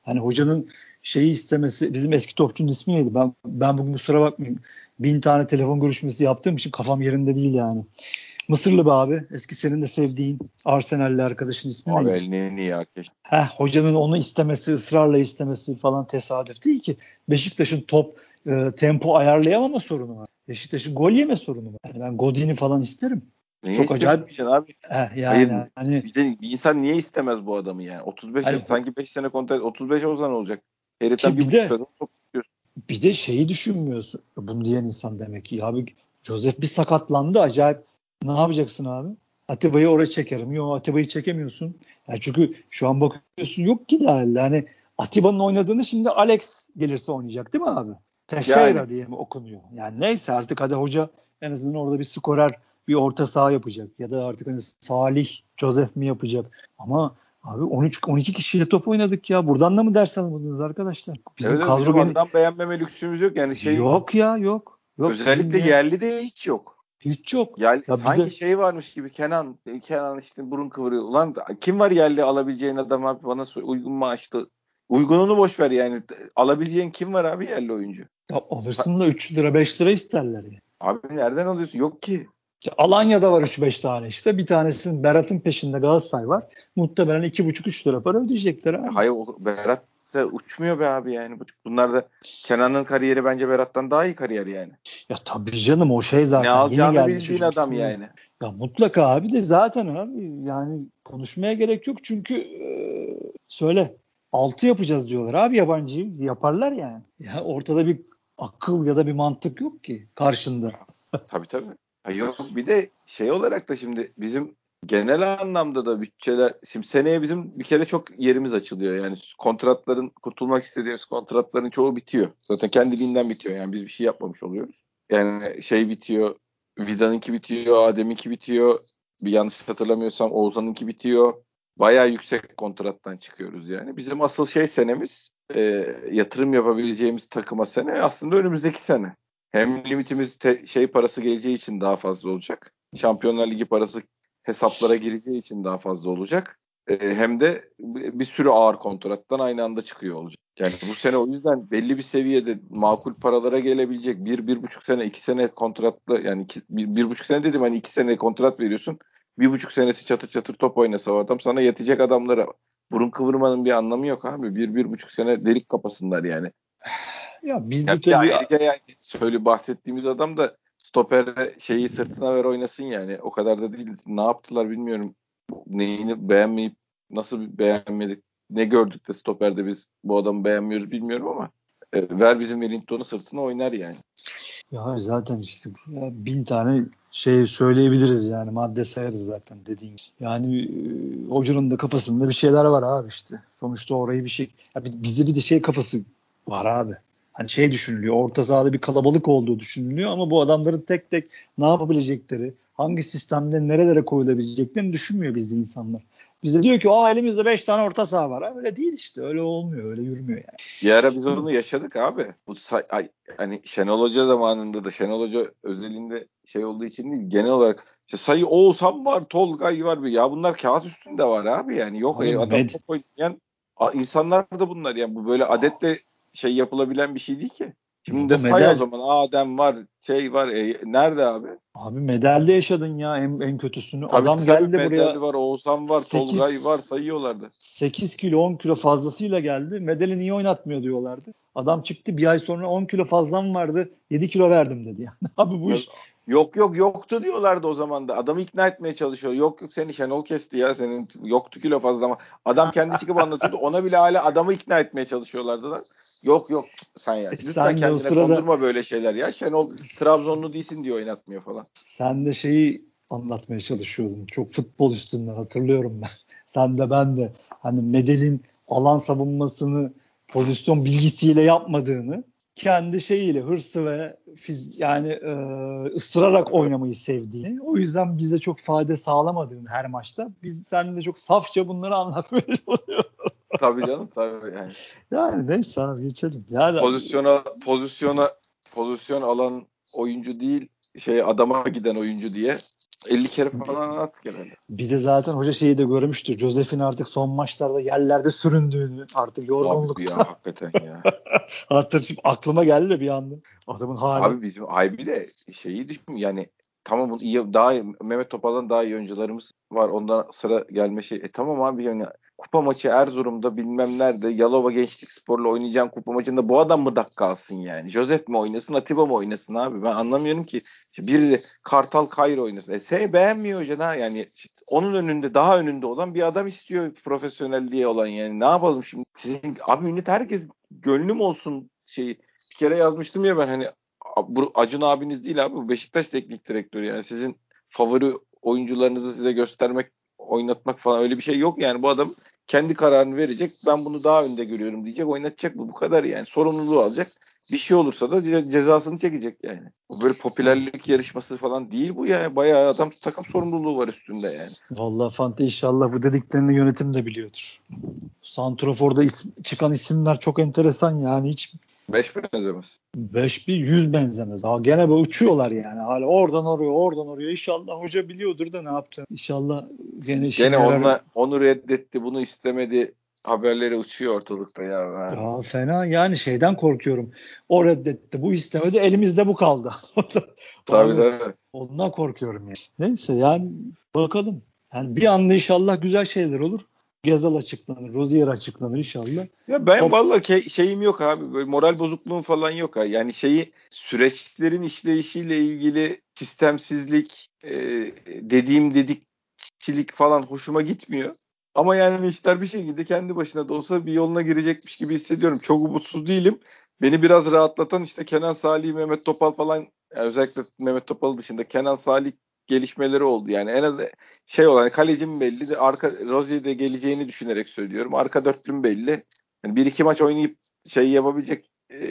Hani hocanın şeyi istemesi, bizim eski topçunun ismi neydi? Ben ben bugün kusura bakmayın. Bin tane telefon görüşmesi yaptığım için kafam yerinde değil yani. Mısırlı bir abi. Eski senin de sevdiğin Arsenal'li arkadaşın ismi Abi neydi? El Neni ya keşke. Heh, hocanın onu istemesi, ısrarla istemesi falan tesadüf değil ki. Beşiktaş'ın top e, tempo ayarlayamama sorunu var. Beşiktaş'ın gol yeme sorunu var. Yani ben Godin'i falan isterim. Niye Çok acayip. istemeyeceksin abi? Heh, Hayır, yani hani, bir de bir insan niye istemez bu adamı yani? otuz beş hani yaş sanki beş sene kontrat, otuz beş olsan olacak. Heriften ki bir bir buçuk de sene çok istiyorsun. bir de şeyi düşünmüyorsun. Bunu diyen insan demek ki. Ya abi Joseph bir sakatlandı acayip. Ne yapacaksın abi? Atiba'yı oraya çekerim. Yok, Atiba'yı çekemiyorsun. Yani çünkü şu an bakıyorsun yok ki daha. Yani Atiba'nın oynadığını şimdi Alex gelirse oynayacak değil mi abi? Yani Teixeira diye mi okunuyor? Yani neyse artık hadi hoca en azından orada bir skorer, bir orta saha yapacak. Ya da artık hani Salih, Joseph mi yapacak? Ama abi on üç on iki kişiyle top oynadık ya. Buradan da mı ders almadınız arkadaşlar? Bizim evet, evet, kadro bizim geni adam beğenmeme lüksümüz yok. Yani şey, yok ya, yok. Yok bizim özellikle ya. yerli de hiç yok. Hiç yok. Yerli, Ya sanki bizde şey varmış gibi Kenan, Kenan işte burun kıvırıyor. Ulan kim var yerli alabileceğin adam abi, bana söyle, uygun maaşlı. Uygununu boş ver yani. Alabileceğin kim var abi yerli oyuncu? ya alırsın da üç lira beş lira isterler ya. Abi nereden alıyorsun? Yok ki. Ya Alanya'da var üç beş tane işte. Bir tanesinin Berat'ın peşinde Galatasaray var. Muhtemelen iki buçuk üç lira para ödeyecekler abi. Hayır, o Berat da uçmuyor be abi yani. Bu- Bunlar da Kenan'ın kariyeri bence Berat'tan daha iyi kariyer yani. Ya tabii canım o şey Ne zaten yeni alacağını geldi bildiğin çocuk adam ismi. yani. Ya mutlaka abi de zaten abi yani konuşmaya gerek yok çünkü e, söyle altı yapacağız diyorlar abi yabancıyı yaparlar yani. Ya ortada bir akıl ya da bir mantık yok ki karşında. Tabii, tabii. Ha, yok, bir de şey olarak da şimdi bizim genel anlamda da bütçeler, şimdi seneye bizim bir kere çok yerimiz açılıyor. Yani kontratların, kurtulmak istediğimiz kontratların çoğu bitiyor. Zaten kendiliğinden bitiyor. Yani biz bir şey yapmamış oluyoruz. Yani şey bitiyor. Vida'nınki bitiyor. Adem'inki bitiyor. Bir yanlış hatırlamıyorsam Oğuzhan'ınki bitiyor. Bayağı yüksek kontrattan çıkıyoruz yani. Bizim asıl şey senemiz, e, yatırım yapabileceğimiz takıma sene aslında önümüzdeki sene. Hem limitimiz te- şey parası geleceği için daha fazla olacak. Şampiyonlar Ligi parası hesaplara gireceği için daha fazla olacak. E, hem de bir bir sürü ağır kontrattan aynı anda çıkıyor olacak. Yani bu sene o yüzden belli bir seviyede makul paralara gelebilecek bir, bir buçuk sene, iki sene kontratlı, yani iki, bir, bir buçuk sene dedim, hani iki sene kontrat veriyorsun. Bir buçuk senesi çatır çatır top oynasa o adam, sana yetecek adamlara burun kıvırmanın bir anlamı yok abi. Bir, bir buçuk sene delik kapasınlar yani. Ya Ya bizde bir de tabii ayrıca yani söyle, bahsettiğimiz adam da stopere şeyi sırtına ver oynasın yani. O kadar da değil. Ne yaptılar bilmiyorum. Neyini beğenmeyip nasıl bir beğenmedik, ne gördük de stoperde biz bu adamı beğenmiyoruz bilmiyorum ama e, ver bizim Wellington'u sırtına oynar yani. ya zaten işte ya bin tane şey söyleyebiliriz yani madde sayarız zaten dediğin gibi. Yani e, hocanın da kafasında bir şeyler var abi işte. Sonuçta orayı bir şey ya bir- bizde bir de şey kafası var abi. Hani şey düşünülüyor. Orta sahada bir kalabalık olduğu düşünülüyor ama bu adamların tek tek ne yapabilecekleri, hangi sistemde nerelere koyulabileceklerini düşünmüyor bizde insanlar. Bizde diyor ki o elimizde beş tane orta saha var. Ha, öyle değil işte. Öyle olmuyor. Öyle yürümüyor yani. Bir ara biz onu yaşadık abi. Bu say- ay, hani Şenol Hoca zamanında da, Şenol Hoca özelinde şey olduğu için değil, genel olarak işte sayı Oğuzhan var, Tolgay var. Ya bunlar kağıt üstünde var abi yani. Yok, Abi e, adam med top oynayan a- insanlar da bunlar yani. Bu böyle adetle şey yapılabilen bir şey değil ki. Şimdi de baba say o medal zaman, Adem var, şey var. E, nerede abi? abi medalde yaşadın ya en, en kötüsünü. Tabii, Adam tabii, geldi Medel buraya var, Oğuzhan var, Tolgay var, sekiz sayıyorlardı. sekiz kilo on kilo fazlasıyla geldi. Medali niye oynatmıyor diyorlardı. Adam çıktı bir ay sonra on kilo fazlam vardı. yedi kilo verdim dedi yani. Abi bu iş Yok, yok, yoktu diyorlardı o zaman da. Adamı ikna etmeye çalışıyor. Yok, yok, seni Şenol kesti ya, senin yoktu kilo fazla, ama adam kendi çıkıp anlatıyordu. Ona bile hala adamı ikna etmeye çalışıyorlardı da. Yok, yok, sen ya. e, Lütfen sen de o kendine sırada kondurma böyle şeyler ya. Şenol Trabzonlu değilsin diye oynatmıyor falan. sen de şeyi anlatmaya çalışıyordun. Çok futbol üstünden hatırlıyorum ben. Sen de ben de hani Medel'in alan savunmasını pozisyon bilgisiyle yapmadığını kendi şeyiyle hırsı ve fiz, yani e, ısırarak oynamayı sevdiğini o yüzden bize çok fayda sağlamadığını her maçta biz seninle çok safça bunları anlatmaya çalışıyoruz. Tabii canım, tabii yani. Yani neyse abi geçelim. Yani Pozisyona pozisyona pozisyon alan oyuncu değil, şey adama giden oyuncu diye elli kere falan attık herhalde. Bir de zaten hoca şeyi de görmüştür. Josef'in artık son maçlarda yerlerde süründüğünü, artık Abi ya yorgunlukta. hakikaten ya. Hatırlıyorum, şimdi aklıma geldi de bir anda. Adamın hali. Abi bizim ay bir de şeyi düşün yani, tamam bu iyi, daha iyi, Mehmet Topal'dan daha iyi oyuncularımız var. Ondan sıra gelme şey. E tamam abi yani kupa maçı Erzurum'da bilmem nerede Yalova Gençlik Spor'la oynayacağın kupa maçında bu adam mı dakika alsın yani? Josef mi oynasın, Atiba mı oynasın abi? Ben anlamıyorum ki. İşte biri de Kartal Kayır oynasın. E seni beğenmiyor hoca da yani işte onun önünde daha önünde olan bir adam istiyor, profesyonelliği olan yani. Ne yapalım şimdi? Sizin abi millet herkes gönlüm olsun şeyi. Bir kere yazmıştım ya ben hani, bu Acun abiniz değil abi, bu Beşiktaş teknik direktörü yani sizin favori oyuncularınızı size göstermek, oynatmak falan öyle bir şey yok yani. Bu adam kendi kararını verecek, ben bunu daha önde görüyorum diyecek, oynatacak, bu bu kadar yani, sorumluluğu alacak, bir şey olursa da ce- cezasını çekecek yani. Bu böyle popülerlik yarışması falan değil bu ya, bayağı adam takım sorumluluğu var üstünde yani. Vallahi Fante, inşallah bu dediklerini yönetim de biliyordur. Santrafor'da isim, çıkan isimler çok enteresan yani, hiç Beş benzemez. beş bir yüz benzemez. Ha, gene böyle uçuyorlar yani. Hala oradan oraya, oradan oraya. İnşallah hoca biliyordur da ne yaptığını. İnşallah gene işine Gene yarar. onunla onu reddetti, bunu istemedi haberleri uçuyor ortalıkta ya. Ha. Ya fena yani, şeyden korkuyorum. O reddetti, bu istemedi, elimizde bu kaldı. Tabii Abi tabii. ondan korkuyorum yani. Neyse yani, bakalım. Yani bir anda inşallah güzel şeyler olur. Gezal açıklanır, Rozier açıklanır inşallah. Ya ben Top, vallahi ke- şeyim yok abi. Böyle moral bozukluğum falan yok ha. Yani şeyi, süreçlerin işleyişiyle ilgili sistemsizlik, e, dediğim dedikçilik falan hoşuma gitmiyor. Ama yani işler bir şekilde kendi başına da olsa bir yoluna girecekmiş gibi hissediyorum. Çok umutsuz değilim. Beni biraz rahatlatan işte Kenan Salih, Mehmet Topal falan, yani özellikle Mehmet Topal dışında Kenan Salih gelişmeleri oldu. Yani en az şey olan kalecim belli de, arka Rozier'de geleceğini düşünerek söylüyorum. Arka dörtlüm belli. Yani bir iki maç oynayıp şey yapabilecek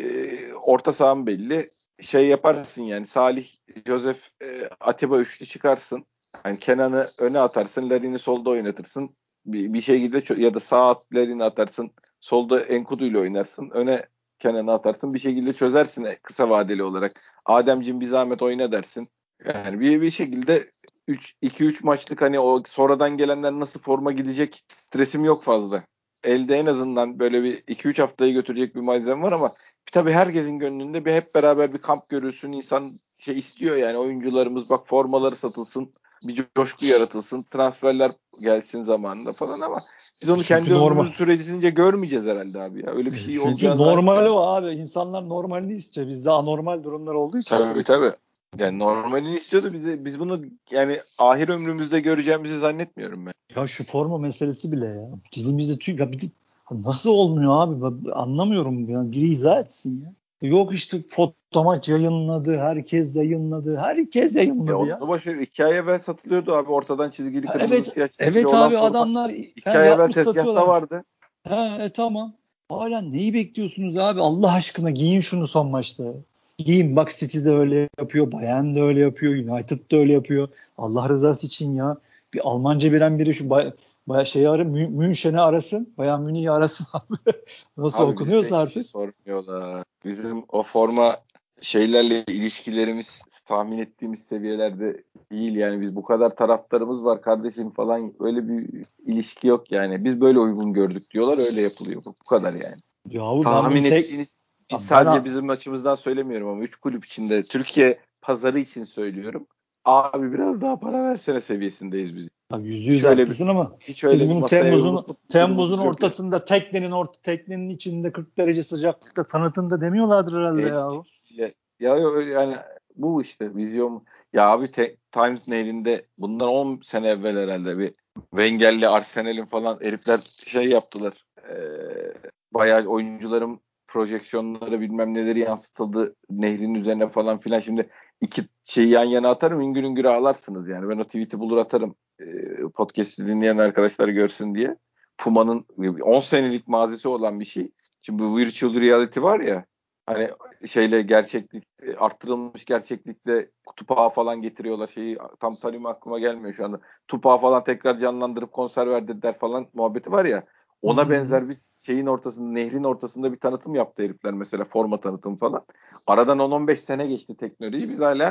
e, orta saham belli. Şey yaparsın yani, Salih, Josef, e, Atiba üçlü çıkarsın. Yani Kenan'ı öne atarsın, Larin'i solda oynatırsın. Bir, bir şekilde çö- ya da sağ at Larin'i atarsın. Solda Enkudu ile oynarsın. Öne Kenan'ı atarsın. Bir şekilde çözersin kısa vadeli olarak. Ademciğim bir zahmet oyna dersin. Yani bir bir şekilde iki üç maçlık hani o sonradan gelenler nasıl forma gidecek stresim yok fazla. Elde en azından böyle bir iki üç haftayı götürecek bir malzeme var ama tabii herkesin gönlünde bir hep beraber bir kamp görülsün. İnsan şey istiyor yani, oyuncularımız bak formaları satılsın, bir coşku yaratılsın, transferler gelsin zamanında falan ama biz onu çünkü kendi normal. ömrümüz sürecince görmeyeceğiz herhalde abi ya. Öyle bir şey Çünkü olacağını normal zannetmiyorum. o abi. İnsanlar normalini istiyor. Bizde anormal durumlar olduğu için Tabii sürekli. tabii. Yani normalini istiyordu bize. Biz bunu yani ahir ömrümüzde göreceğimizi zannetmiyorum ben. Ya şu forma meselesi bile ya. Dilimizde tüy. Ya bir de, nasıl olmuyor abi? Ben anlamıyorum. Yani biri izah etsin ya. Yok işte fotomaç yayınladı. Herkes yayınladı. Herkes Ya yayınladı onu ya. boş ver. İki ay evvel satılıyordu abi. Ortadan çizgili Ha, kırmızı evet. siyah çizgili Evet olan abi, forma. adamlar ha, İki ay evvel yapmış tezgahta satıyorlar. vardı. Ha, e, tamam. Hala neyi bekliyorsunuz abi? Allah aşkına giyin şunu son maçta. Giyin. Bak City de öyle yapıyor. Bayern de öyle yapıyor. United de öyle yapıyor. Allah rızası için ya. Bir Almanca bilen biri şu bay, bay şeyi ara, Mü, Münşen'i arasın. Bayern Münih'i arasın abi. Nasıl Abi bizde okunuyorsa hiçbir şey artık. sormuyorlar. Bizim o forma şeylerle ilişkilerimiz tahmin ettiğimiz seviyelerde değil yani. Biz bu kadar taraftarımız var kardeşim falan, öyle bir ilişki yok yani. Biz böyle uygun gördük diyorlar, öyle yapılıyor. Bu, bu kadar yani. Yahu ben bunu Tahmin tek ettiğiniz, biz ya ben sadece bizim açımızdan söylemiyorum ama üç kulüp içinde Türkiye pazarı için söylüyorum. Abi biraz daha para versene seviyesindeyiz biz. ya yüzde Hiç yüz öyle bir haklısın ama hiç siz öyle bir bunu masaya Temmuz'un yumruk Temmuz'un durumumuz yok yani. ortasında teknenin orta teknenin içinde kırk derece sıcaklıkta tanıtımda demiyorlardır herhalde En ya. ya, ya öyle yani, bu işte vizyon. Ya abi te, Times Nehri'nde bundan on sene evvel herhalde bir Wenger'le Arsenal'in falan herifler şey yaptılar. Ee, bayağı oyuncuların projeksiyonları bilmem neleri yansıtıldı nehrin üzerine falan filan. Şimdi iki şeyi yan yana atarım, üngür üngür ağlarsınız yani. Ben o tweet'i bulur atarım. Ee, podcast'i dinleyen arkadaşlar görsün diye. Puma'nın on senelik mazisi olan bir şey. Şimdi bu virtual reality var ya, hani şeyle gerçeklik, e, arttırılmış gerçeklikle tupağı falan getiriyorlar, şeyi tam tanım aklıma gelmiyor şu anda. Tupağı falan tekrar canlandırıp konser verdirdiler falan muhabbeti var ya. Hı Ona hı. benzer bir şeyin ortasında, nehrin ortasında bir tanıtım yaptı herifler mesela, forma tanıtım falan. Aradan on on beş sene geçti teknoloji. Biz hala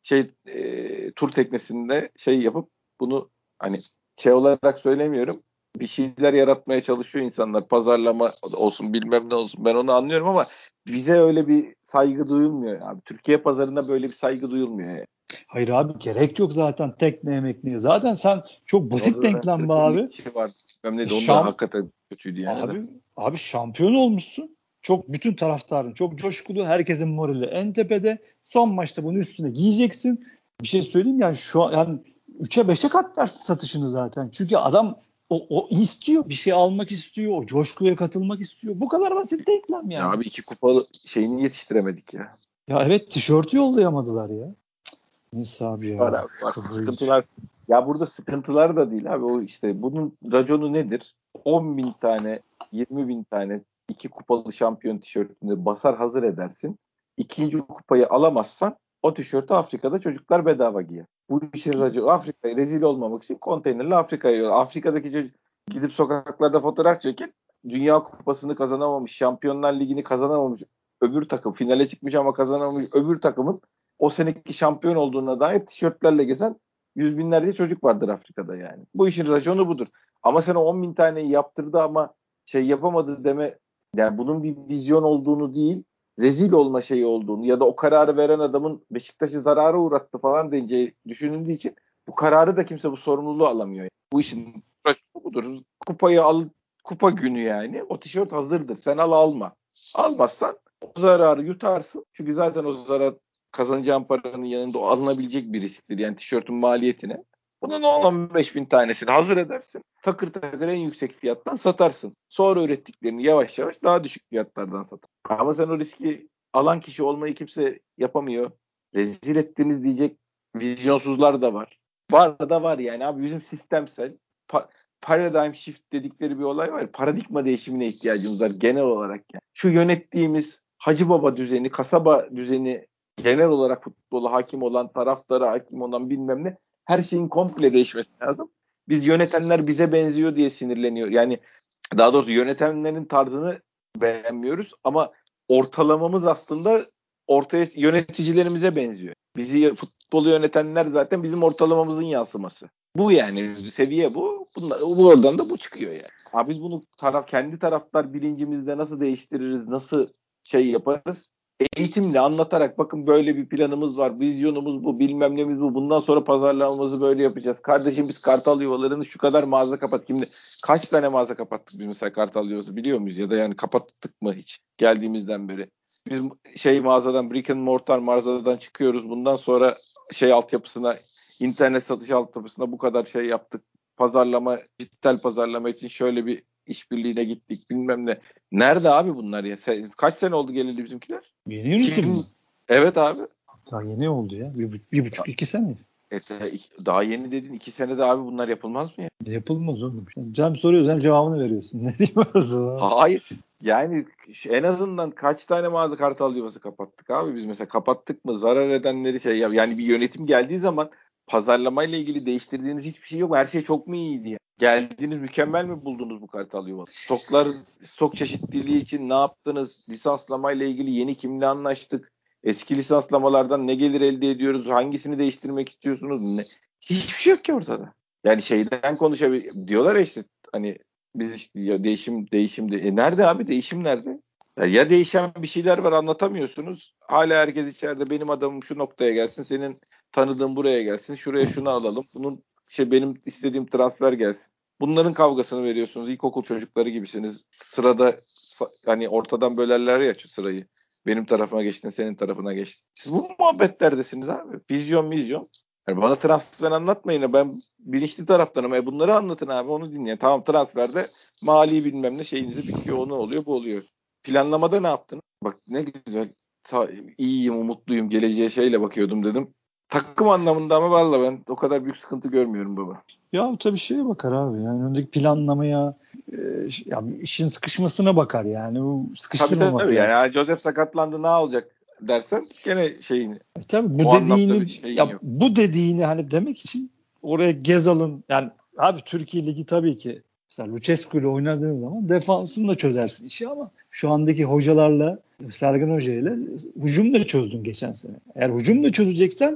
şey e, tur teknesinde şey yapıp bunu hani şey olarak söylemiyorum. Bir şeyler yaratmaya çalışıyor insanlar. Pazarlama olsun bilmem ne olsun. Ben onu anlıyorum ama bize öyle bir saygı duyulmuyor abi. Türkiye pazarında böyle bir saygı duyulmuyor yani. Hayır abi, gerek yok zaten tekne emekliye. Zaten sen çok basit Orada da denklem be kırk elli abi. kişi vardı. Bilmem E neydi. Onun da şam, hakikaten kötüydü yani de. abi, abi şampiyon olmuşsun. Çok bütün taraftarın çok coşkulu. Herkesin morali en tepede. Son maçta bunu üstüne giyeceksin. Bir şey söyleyeyim yani şu an yani üçe beşe katlarsın satışını zaten. Çünkü adam o, o istiyor. Bir şey almak istiyor. O coşkuya katılmak istiyor. Bu kadar basit denklem Ya yani. abi iki kupalı şeyini yetiştiremedik ya. Ya evet, tişörtü yollayamadılar ya. Neyse abi Var ya. abi var. Kafayı yiyeceğim. Sıkıntılar. Ya burada sıkıntılar da değil abi. O işte bunun raconu nedir? on bin tane, yirmi bin tane iki kupalı şampiyon tişörtünü basar hazır edersin. İkinci kupayı alamazsan o tişörtü Afrika'da çocuklar bedava giyer. Bu işin raconu Afrika'ya rezil olmamak için konteynerle Afrika'ya yolluyor. Afrika'daki çocuk gidip sokaklarda fotoğraf çekip Dünya Kupası'nı kazanamamış, Şampiyonlar Ligi'ni kazanamamış öbür takım, finale çıkmış ama kazanamamış öbür takımın o seneki şampiyon olduğuna dair tişörtlerle gezen yüz binlerce çocuk vardır Afrika'da yani. Bu işin raconu budur. Ama sen o on bin taneyi yaptırdı ama şey yapamadı deme, yani bunun bir vizyon olduğunu değil, rezil olma şeyi olduğunu ya da o kararı veren adamın Beşiktaş'ı zarara uğrattı falan deyince düşünüldüğü için bu kararı da kimse bu sorumluluğu alamıyor. Yani. Bu işin raconu budur. Kupayı al, kupa günü yani. O tişört hazırdır. Sen al alma. Almazsan o zararı yutarsın. Çünkü zaten o zarar kazanacağın paranın yanında o alınabilecek bir risktir. Yani tişörtün maliyetine. Bunun on on beş bin tanesini hazır edersin. Takır takır en yüksek fiyattan satarsın. Sonra ürettiklerini yavaş yavaş daha düşük fiyatlardan satarsın. Ama sen o riski alan kişi olmayı kimse yapamıyor. Rezil ettiniz diyecek vizyonsuzlar da var. Var da var yani abi, bizim sistemsel pa- paradigm shift dedikleri bir olay var. Paradigma değişimine ihtiyacımız var genel olarak yani. Şu yönettiğimiz Hacı Baba düzeni, kasaba düzeni, genel olarak futbola hakim olan, taraftara hakim olan bilmem ne, her şeyin komple değişmesi lazım. Biz yönetenler bize benziyor diye sinirleniyor. Yani daha doğrusu yönetenlerin tarzını beğenmiyoruz ama ortalamamız aslında ortaya yöneticilerimize benziyor. Bizi futbolu yönetenler zaten bizim ortalamamızın yansıması. Bu yani seviye bu. Bunlar, bu oradan da bu çıkıyor yani. Abi biz bunu taraf kendi taraftar bilincimizde nasıl değiştiririz, nasıl şey yaparız? Eğitimle anlatarak, bakın böyle bir planımız var, vizyonumuz bu, bilmem nemiz bu. Bundan sonra pazarlamamızı böyle yapacağız. Kardeşim biz Kartal Yuvaları'nı şu kadar mağaza kapat. Kimde kaç tane mağaza kapattık biz mesela Kartal Yuvası biliyor muyuz? Ya da yani kapattık mı hiç geldiğimizden beri? Biz şey mağazadan, brick and mortar mağazadan çıkıyoruz. Bundan sonra şey altyapısına, internet satış altyapısına bu kadar şey yaptık. Pazarlama, dijital pazarlama için şöyle bir işbirliğine gittik bilmem ne. Nerede abi bunlar ya? Sen, kaç sene oldu geleli bizimkiler? Yeni yönetim Kim? mi? Evet abi. Daha yeni oldu ya. Bir, bir buçuk iki sene. Evet, daha yeni dedin, iki senede abi bunlar yapılmaz mı ya? Yapılmaz oğlum. Cem soruyor, sen cevabını veriyorsun. Ne diyeyim o zaman? Hayır. Yani en azından kaç tane mağaza Kartal Yuvası kapattık abi biz, mesela kapattık mı, zarar edenleri şey yap. Yani bir yönetim geldiği zaman pazarlamayla ilgili değiştirdiğiniz hiçbir şey yok. Her şey çok mu iyiydi ya? Geldiğiniz mükemmel mi buldunuz bu Kartal Yuvası? Stoklar, stok çeşitliliği için ne yaptınız? Lisanslamayla ilgili yeni kimle anlaştık? Eski lisanslamalardan ne gelir elde ediyoruz? Hangisini değiştirmek istiyorsunuz? Ne? Hiçbir şey yok ki ortada. Yani şeyden konuşabilir diyorlar ya işte, hani biz işte ya değişim değişim de e nerede abi, değişim nerede? Ya, ya değişen bir şeyler var anlatamıyorsunuz. Hala herkes içeride benim adamım şu noktaya gelsin, senin tanıdığın buraya gelsin, şuraya şunu alalım. Bunun şey benim istediğim transfer gelsin. Bunların kavgasını veriyorsunuz. İlkokul çocukları gibisiniz. Sırada hani ortadan bölerler ya sırayı. Benim tarafıma geçtin, senin tarafına geçtin. Siz bu muhabbetlerdesiniz abi. Vizyon, vizyon. Yani bana transfer anlatmayın. Ben bilinçli taraftarım. E bunları anlatın abi, onu dinleyin. Tamam, transferde mali bilmem ne şeyinizi bitiyor. Onu oluyor, bu oluyor. Planlamada ne yaptın? Bak ne güzel. Ta, iyiyim, umutluyum. Geleceğe şeyle bakıyordum dedim. Takım anlamında ama valla ben o kadar büyük sıkıntı görmüyorum baba. Ya tabii şeye bakar abi. Yani öndeki planlamaya, e, ya işin sıkışmasına bakar yani. Bu Tabii sıkıştırmamak tabii yani, lazım. yani Joseph sakatlandı ne olacak dersen gene şeyini. E, tabii bu O anlamda bir dediğini, şeyin ya yok. bu dediğini hani demek için oraya gez alın. Yani abi Türkiye Ligi tabii ki mesela Lucescu ile oynadığın zaman defansını da çözersin işi ama şu andaki hocalarla, Sergen Hoca ile hücumla çözdün geçen sene. Eğer hücumla çözeceksen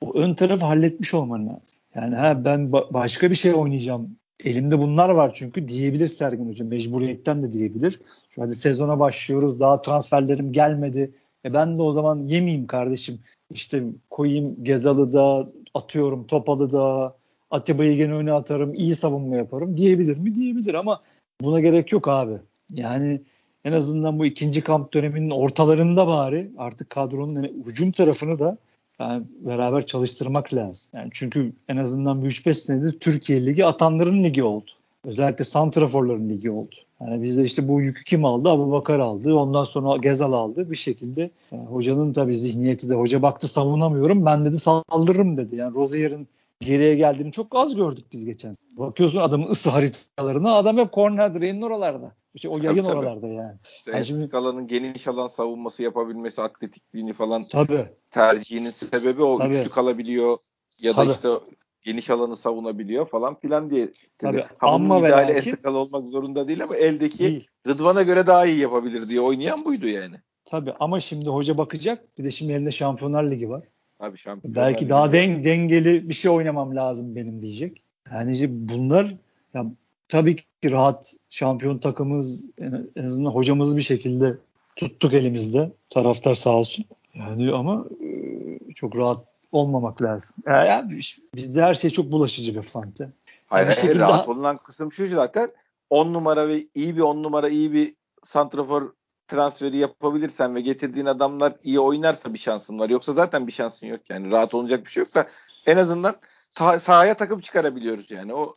o ön tarafı halletmiş olman lazım. Yani ha ben ba- başka bir şey oynayacağım. Elimde bunlar var çünkü diyebilir Sergen Hoca. Mecburiyetten de diyebilir. Şu hadi sezona başlıyoruz. Daha transferlerim gelmedi. E ben de o zaman yemeyeyim kardeşim. İşte koyayım Gezal'ı da atıyorum Topal'ı da Atiba'yı gene öne atarım. İyi savunma yaparım. Diyebilir mi? Diyebilir ama buna gerek yok abi. Yani en azından bu ikinci kamp döneminin ortalarında bari artık kadronun yani hücum tarafını da yani beraber çalıştırmak lazım. Yani çünkü en azından bu üç beş senedir Türkiye Ligi atanların ligi oldu. Özellikle santraforların ligi oldu. Yani bizde işte bu yükü kim aldı? Abubakar aldı. Ondan sonra Gezal aldı. Bir şekilde yani hocanın tabii zihniyeti de hoca baktı savunamıyorum. Ben dedi saldırırım dedi. Yani Rozier'in geriye geldiğini çok az gördük biz geçen sene. Bakıyorsun adamın ısı haritalarına adam hep corner direğinin oralarda. İşte o Tabii yayın tabii. oralarda yani. İşte Yani şimdi Skala'nın geniş alan savunması yapabilmesi, atletikliğini falan tabii tercihinin sebebi o. tabii Üçlü kalabiliyor ya da tabii işte geniş alanı savunabiliyor falan filan diye istedi. tabii Ha bunun amma ve ideali lakin Enskala olmak zorunda değil ama eldeki değil. Rıdvan'a göre daha iyi yapabilir diye oynayan buydu yani. Tabii ama şimdi hoca bakacak. Bir de şimdi elinde Şampiyonlar Ligi var. Abi Şampiyonlar Belki daha Ligi'nde den dengeli bir şey oynamam lazım benim diyecek. Yani işte bunlar ya, tabii ki rahat şampiyon takımımız en, en azından hocamızı bir şekilde tuttuk elimizde. Taraftar sağ olsun. Yani ama e, çok rahat olmamak lazım. Ya, ya, bizde her şey çok bulaşıcı bir fante. hayır, Ya bir hayır, şekilde rahat olunan kısım şu zaten on numara ve iyi bir on numara iyi bir santrafor transferi yapabilirsen ve getirdiğin adamlar iyi oynarsa bir şansın var. Yoksa zaten bir şansın yok yani. Rahat olacak bir şey yok da en azından ta- sahaya takım çıkarabiliyoruz yani. O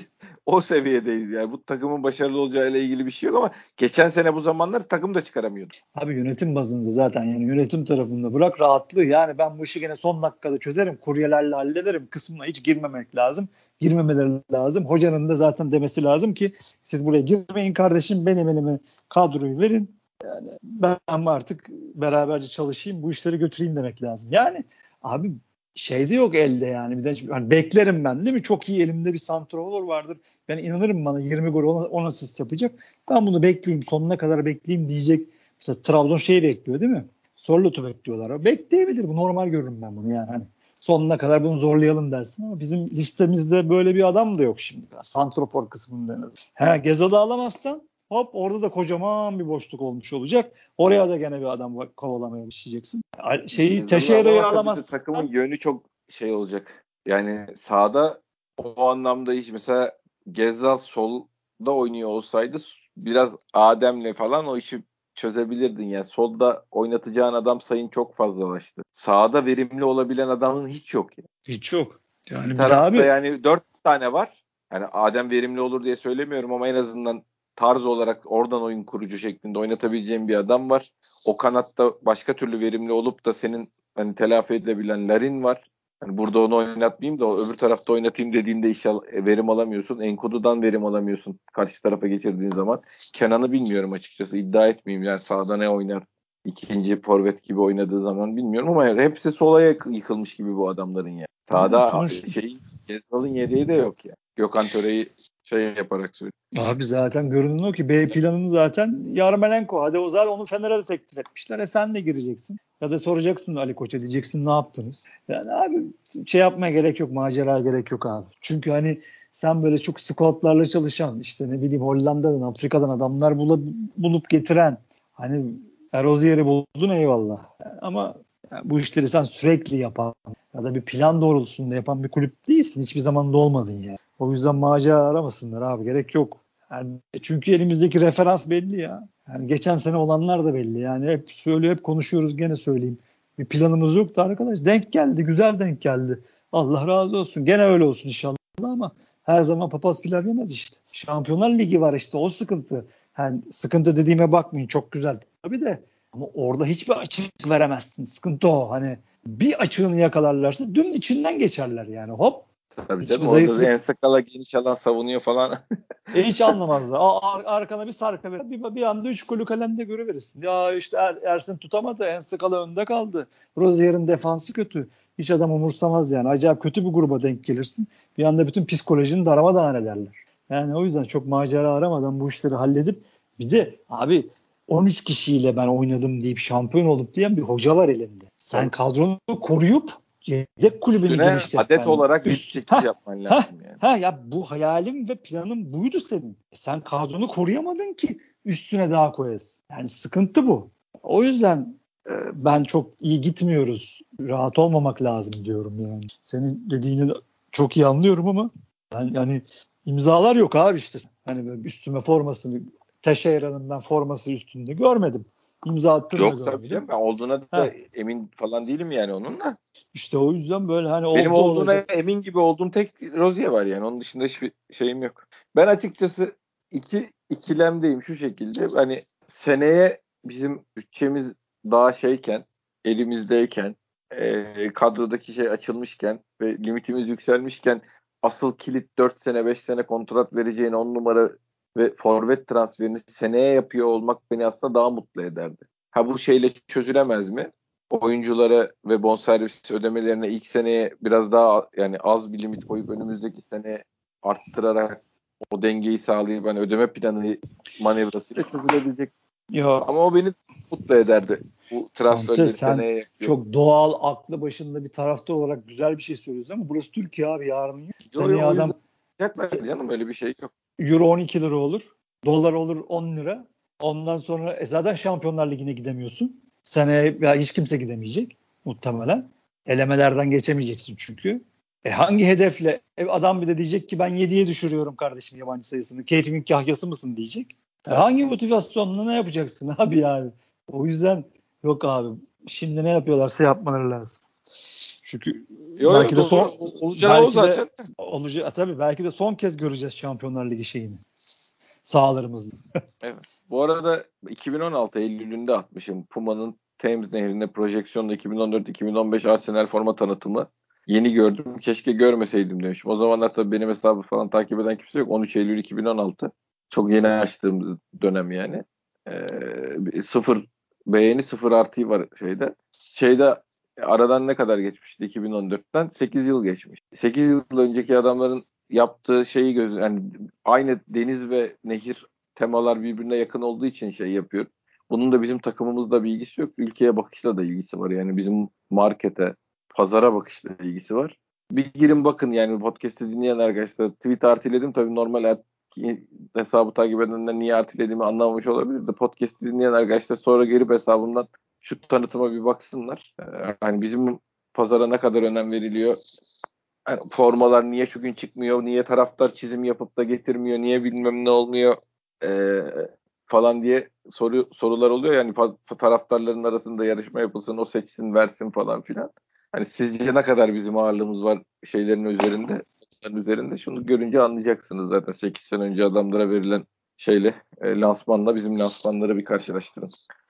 o seviyedeyiz yani. Bu takımın başarılı olacağıyla ilgili bir şey yok ama geçen sene bu zamanlar takım da çıkaramıyordu. abi yönetim bazında zaten yani yönetim tarafında bırak rahatlığı yani ben bu işi gene son dakikada çözerim kuryelerle hallederim kısmına hiç girmemek lazım. Girmemeleri lazım. Hocanın da zaten demesi lazım ki siz buraya girmeyin kardeşim benim elime kadroyu verin. Yani ben artık beraberce çalışayım bu işleri götüreyim demek lazım. Yani abi şeyde yok elde yani bir de hani beklerim ben değil mi? Çok iyi elimde bir santrafor vardır. Ben inanırım bana yirmi gol on asist yapacak. Ben bunu bekleyeyim sonuna kadar bekleyeyim diyecek. Mesela Trabzon şeyi bekliyor değil mi? Sorlot'u bekliyorlar. Bekleyebilir bu normal görürüm ben bunu yani. Hani sonuna kadar bunu zorlayalım dersin ama bizim listemizde böyle bir adam da yok şimdi. Santrofor kısmında en azından. He Gezal'ı alamazsan hop orada da kocaman bir boşluk olmuş olacak. Oraya da gene bir adam kovalamaya başlayacaksın. Şeyi Gezal'ı Teixeira'yı alamazsa bir de takımın alamazsan yönü çok şey olacak. Yani sahada o anlamda hiç mesela Gezal solda oynuyor olsaydı biraz Adem'le falan o işi çözebilirdin. Yani solda oynatacağın adam sayın çok fazlalaştı. Sahada verimli olabilen adamın hiç yok yani. hiç yok. Bir Yani bir daha tarafta abi yani dört tane var. Yani Adem verimli olur diye söylemiyorum ama en azından tarz olarak oradan oyun kurucu şeklinde oynatabileceğim bir adam var. O kanatta başka türlü verimli olup da senin hani telafi edebilen Larin var. Hani burada onu oynatmayayım da öbür tarafta oynatayım dediğinde inşallah verim alamıyorsun. Enkudu'dan verim alamıyorsun karşı tarafa geçirdiğin zaman. Kenan'ı bilmiyorum açıkçası. İddia etmeyeyim. Yani sahada ne oynar? İkinci forvet gibi oynadığı zaman bilmiyorum ama hepsi sola yıkılmış gibi bu adamların ya. yani Sağda sonuç şey Gezal'ın yedeği de yok ya. Gökhan Töre'yi şey yaparak söylüyor. abi zaten görünen o ki B planını zaten Yarmolenko. Hadi o zaten onu Fener'e de teklif etmişler. E sen de gireceksin. Ya da soracaksın Ali Koç'a diyeceksin ne yaptınız? Yani abi şey yapmaya gerek yok. Macera gerek yok abi. Çünkü hani sen böyle çok scoutlarla çalışan işte ne bileyim Hollanda'dan Afrika'dan adamlar bulup, bulup getiren hani Erozier'i buldun eyvallah. Ama yani bu işleri sen sürekli yapan ya da bir plan doğrultusunda yapan bir kulüp değilsin. Hiçbir zaman da olmadın yani. O yüzden macera aramasınlar abi. Gerek yok. Yani çünkü elimizdeki referans belli ya. Yani geçen sene olanlar da belli. Yani hep söylüyor, hep konuşuyoruz. Gene söyleyeyim. Bir planımız yoktu arkadaş. Denk geldi. Güzel denk geldi. Allah razı olsun. Gene öyle olsun inşallah ama her zaman papaz pilav yemez işte. Şampiyonlar Ligi var işte. O sıkıntı. Yani sıkıntı dediğime bakmayın. Çok güzel. Tabii de ama orada hiçbir açık veremezsin. Sıkıntı o. Hani bir açığını yakalarlarsa dün içinden geçerler yani. Hop. Tabii canım Hiçbir orada da zayıflık Enskala geniş alan savunuyor falan. e hiç anlamazlar. Ar- arkana bir sarka ver. Bir, bir anda üç golü kalemde görüverirsin. Ya işte er, Ersin tutamadı. Enskala önde kaldı. Rozier'in defansı kötü. Hiç adam umursamaz yani. Acayip kötü bir gruba denk gelirsin. Bir anda bütün psikolojini darmadağın ederler. Yani o yüzden çok macera aramadan bu işleri halledip bir de abi on üç kişiyle ben oynadım deyip şampiyon olup diyen bir hoca var elinde. Sen Tabii. kadronu koruyup yedek kulübünü Üstüne adet genişletmen. olarak yedi Üst, sekiz ha, yapman ha, lazım yani. ha ya bu hayalin ve planın buydu senin. E sen kadronu koruyamadın ki üstüne daha koyasın. Yani sıkıntı bu. O yüzden e, ben çok iyi gitmiyoruz. Rahat olmamak lazım diyorum yani. Senin dediğini de çok iyi anlıyorum ama ben yani imzalar yok abi işte. Hani böyle üstüme formasını Teixeira'nın ben forması üstünde görmedim. İmza attığını da Yok tabii görmedim. canım, ben olduğuna da Ha, emin falan değilim yani onun da. işte o yüzden böyle hani Benim oldu olduğuna olacak. emin gibi olduğum tek Rozier var yani. Onun dışında hiçbir şeyim yok. Ben açıkçası iki ikilemdeyim şu şekilde. Hani seneye bizim bütçemiz daha şeyken, elimizdeyken, e, kadrodaki şey açılmışken ve limitimiz yükselmişken asıl kilit dört sene beş sene kontrat vereceğin on numara ve forvet transferini seneye yapıyor olmak beni aslında daha mutlu ederdi. Ha bu şeyle çözülemez mi? Oyunculara ve bonservis ödemelerine ilk seneye biraz daha yani az bir limit koyup önümüzdeki sene arttırarak o dengeyi sağlayıp hani ödeme planı manevrasıyla çözülebilecek. Ya Ama o beni mutlu ederdi. Bu Conte transferleri sen seneye yapıyor. çok doğal aklı başında bir taraftar olarak güzel bir şey söylüyorsun ama burası Türkiye abi yarın yok. Yo, yo, Seneye o yüzden adam yapacaklar canım, öyle bir şey yok. Euro on iki lira olur. Dolar olur on lira. Ondan sonra e zaten Şampiyonlar Ligi'ne gidemiyorsun. Seneye ya hiç kimse gidemeyecek muhtemelen. Elemelerden geçemeyeceksin çünkü. E hangi hedefle? E adam bir de diyecek ki ben yediye düşürüyorum kardeşim yabancı sayısını. Keyfimin kahyası mısın diyecek. E Tabii. hangi motivasyonla ne yapacaksın abi yani? O yüzden yok abi. Şimdi ne yapıyorlarsa yapmaları lazım. Çünkü Yo, yo, belki de doğru. son O- Olacağı o belki de zaten. olacak tabii belki de son kez göreceğiz Şampiyonlar Ligi şeyini sahalarımızda. Evet. Bu arada iki bin on altı Eylül'ünde atmışım. Puma'nın Thames Nehri'nde projeksiyonda iki bin on dört iki bin on beş Arsenal forma tanıtımı. Yeni gördüm. Keşke görmeseydim demişim. O zamanlar tabii benim hesabı falan takip eden kimse yok. on üç Eylül iki bin on altı. Çok yeni açtığım dönem yani. Ee, sıfır beğeni, sıfır artı var şeyde. Şeyde aradan ne kadar geçmişti iki bin on dörtten? sekiz yıl geçmiş. sekiz yıl önceki adamların yaptığı şeyi göz yani aynı deniz ve nehir temalar birbirine yakın olduğu için şey yapıyor. Bunun da bizim takımımızda bir ilgisi yok. Ülkeye bakışla da ilgisi var. Yani bizim markete, pazara bakışla ilgisi var. Bir girin bakın yani podcast'i dinleyen arkadaşlar. Tweet artiledim tabii, normal at- hesabı takip edenler niye artilediğimi anlamamış olabilir de podcast'i dinleyen arkadaşlar sonra gelip hesabımdan şu tanıtıma bir baksınlar. Ee, hani bizim pazara ne kadar önem veriliyor, yani formalar niye şu gün çıkmıyor, niye taraftar çizim yapıp da getirmiyor, niye bilmem ne olmuyor e, falan diye soru sorular oluyor. Yani pa- taraftarların arasında yarışma yapılsın, o seçsin, versin falan filan. Hani sizce ne kadar bizim ağırlığımız var şeylerin üzerinde? Onların üzerinde şunu görünce anlayacaksınız zaten. sekiz sene önce adamlara verilen şeyle e, lansmanla bizim lansmanları bir karşılaştırın.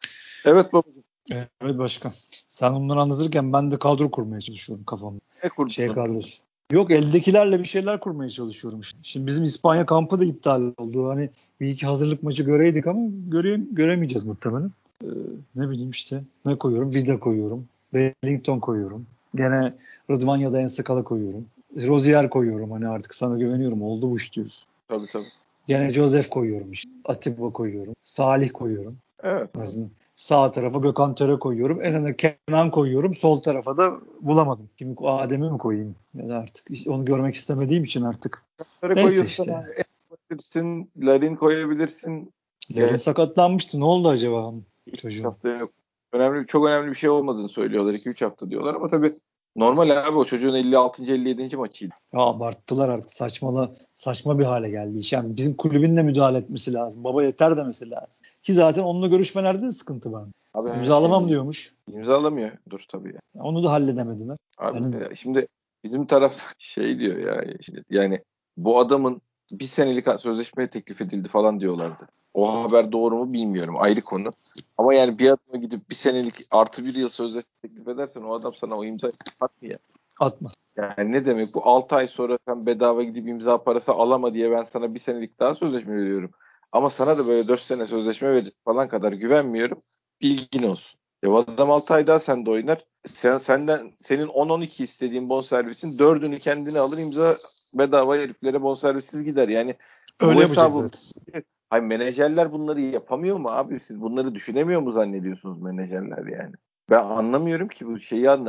Evet babacığım. Evet başkan. Sen bunları anlatırken ben de kadro kurmaya çalışıyorum kafamda. Ne Şey kurdun? kadrosu. Yok eldekilerle bir şeyler kurmaya çalışıyorum. Şimdi bizim İspanya kampı da iptal oldu. Hani bir iki hazırlık maçı göreydik ama göre, göremeyeceğiz muhtemelen. Ee, ne bileyim işte. Ne koyuyorum? Vida koyuyorum. Wellington koyuyorum. Gene Rıdvan ya da Ensekala koyuyorum. Rozier koyuyorum. Hani artık sana güveniyorum. Oldu bu iş diyoruz. Tabii tabii. Gene Joseph koyuyorum işte. Atiba koyuyorum. Salih koyuyorum. Evet. Aslında sağ tarafa Gökhan Töre koyuyorum. En öne Kenan koyuyorum. Sol tarafa da bulamadım. Kimi Adem'i mi koyayım? Ya da artık onu görmek istemediğim için artık. Bunları Neyse koyuyorsan işte. abi, et koyabilirsin, Larin koyabilirsin. Lerin Yani sakatlanmıştı. Ne oldu acaba üç çocuğun? hafta yok. Önemli, çok önemli bir şey olmadığını söylüyorlar. iki üç hafta diyorlar ama tabii normal abi, o çocuğun elli altıncı elli yedinci maçıydı. Ya abarttılar artık. Saçmala, saçma bir hale geldi iş. Yani bizim kulübün de müdahale etmesi lazım. Baba yeter demesi lazım. Ki zaten onunla görüşmelerde de sıkıntı var. Abi her İmzalamam şeyini diyormuş. imzalamıyor. Dur tabii ya. Onu da halledemediler. Abi Yani e, şimdi bizim taraf şey diyor ya işte, yani bu adamın bir senelik sözleşmeye teklif edildi falan diyorlardı. O haber doğru mu bilmiyorum, ayrı konu. Ama yani bir adama gidip bir senelik artı bir yıl sözleşme teklif edersen o adam sana o imza atmıyor. atma. Yani ne demek bu, altı ay sonra sen bedava gidip imza parası alama diye ben sana bir senelik daha sözleşme veriyorum. Ama sana da böyle dört sene sözleşme verecek falan kadar güvenmiyorum. Bilgin olsun. Ya o adam altı ay daha sende oynar. Sen, senden senin on on iki istediğin bonservisin dördünü kendine alır, imza bedava heriflere bonservissiz gider. Yani bu Öyle yapacak hesabı, zaten. hayır, menajerler bunları yapamıyor mu abi? Siz bunları düşünemiyor mu zannediyorsunuz menajerler yani? Ben anlamıyorum ki, bu şeyi anlamıyorum.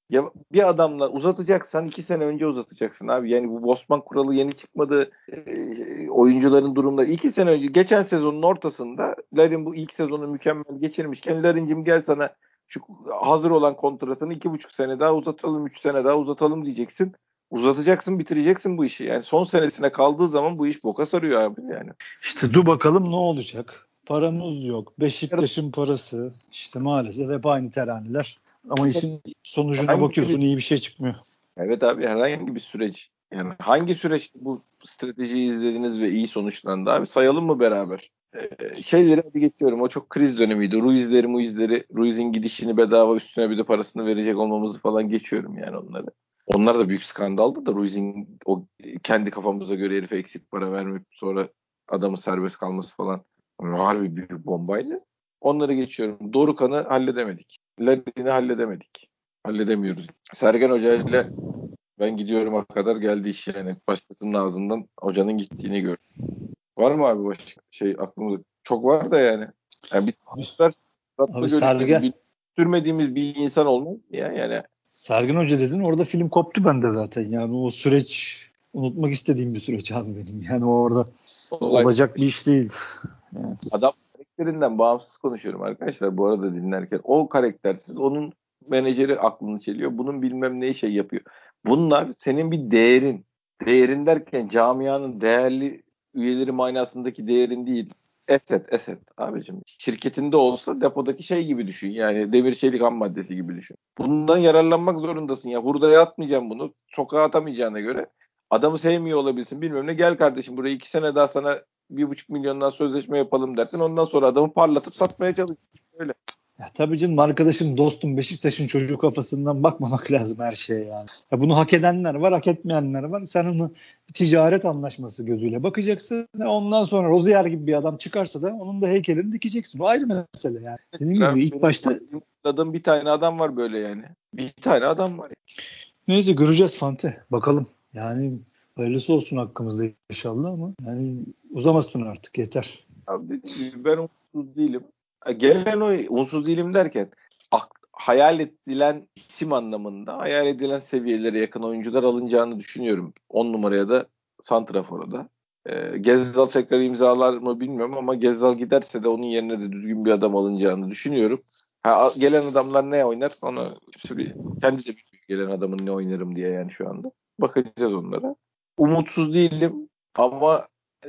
Ya bir adamla uzatacaksan iki sene önce uzatacaksın abi. Yani bu Bosman kuralı yeni çıkmadı. Ee, oyuncuların durumları. iki sene önce geçen sezonun ortasında Larin bu ilk sezonu mükemmel geçirmişken Larin'cim gel sana şu hazır olan kontratını iki buçuk sene daha uzatalım, üç sene daha uzatalım diyeceksin. Uzatacaksın, bitireceksin bu işi. Yani son senesine kaldığı zaman bu iş boka sarıyor abi yani. İşte dur bakalım ne olacak. Paramız yok. Beşiktaş'ın parası. İşte maalesef hep aynı teraneler. Ama işin sonucuna Hangi bakıyorsun bir iyi bir şey çıkmıyor. Evet abi, herhangi bir süreç. Yani hangi süreçte bu stratejiyi izlediniz ve iyi sonuçlandı abi? Sayalım mı beraber? Ee, şeyleri hadi geçiyorum. O çok kriz dönemiydi. Ruizleri, Muizleri, Ruiz'in gidişini bedava üstüne bir de parasını verecek olmamızı falan geçiyorum yani onları. Onlar da büyük skandaldı da Ruiz'in o kendi kafamıza göre herife eksik para vermeyip sonra adamın serbest kalması falan harbi büyük bombaydı. Onları geçiyorum. Dorukhan'ı halledemedik. Larin'i halledemedik. Halledemiyoruz. Sergen Hoca ile ben gidiyorum'a kadar geldi iş yani. Başkasının ağzından hocanın gittiğini gördüm. Var mı abi başka şey aklımızda? Çok var da yani. Yani bir Abi, transfer tatlı abi görüşmesi, Sergen, bir sürmediğimiz bir insan olmaz ya yani. Sergen Hoca dedin orada film koptu bende zaten. Yani o süreç unutmak istediğim bir süreç abi benim. Yani o orada Olay olacak bir iş değil. Yani. adam karakterinden bağımsız konuşuyorum arkadaşlar bu arada dinlerken. O karaktersiz, onun menajeri aklını çeliyor. Bunun bilmem ne şey yapıyor. Bunlar senin bir değerin. Değerin derken camianın değerli üyeleri manasındaki değerin değil. Eset, eset abicim. Şirketinde olsa depodaki şey gibi düşün. Yani demir çelik ham maddesi gibi düşün. Bundan yararlanmak zorundasın ya. Hurdaya atmayacaksın bunu. Sokağa atamayacağına göre. Adamı sevmiyor olabilirsin. Bilmem ne. Gel kardeşim buraya iki sene daha sana bir buçuk milyondan sözleşme yapalım dersin. Ondan sonra adamı parlatıp satmaya çalışıyorsun. Öyle. Ya tabii canım arkadaşım, dostum, Beşiktaş'ın çocuğu kafasından bakmamak lazım her şeye yani. Ya bunu hak edenler var, hak etmeyenler var. Sen onu bir ticaret anlaşması gözüyle bakacaksın. Ondan sonra Rozier gibi bir adam çıkarsa da onun da heykelini dikeceksin. O ayrı mesele yani. Dediğim gibi ilk Benim başta tanıdığım bir tane adam var böyle yani. Bir tane adam var. neyse göreceğiz Fante. Bakalım. Yani hayırlısı olsun hakkımızda inşallah ama yani uzamasın artık yeter. Abi dediğim gibi ben umutsuz değilim. Gelen o umutsuz değilim derken ak- hayal edilen isim anlamında hayal edilen seviyelere yakın oyuncular alınacağını düşünüyorum. On numaraya da santrafora da. Ee, Gezzal tekrar imzalar mı bilmiyorum ama Gezzal giderse de onun yerine de düzgün bir adam alınacağını düşünüyorum. Ha, gelen adamlar ne oynar onu bir, kendi de bilmiyor gelen adamın ne oynarım diye yani şu anda. Bakacağız onlara. Umutsuz değilim ama e,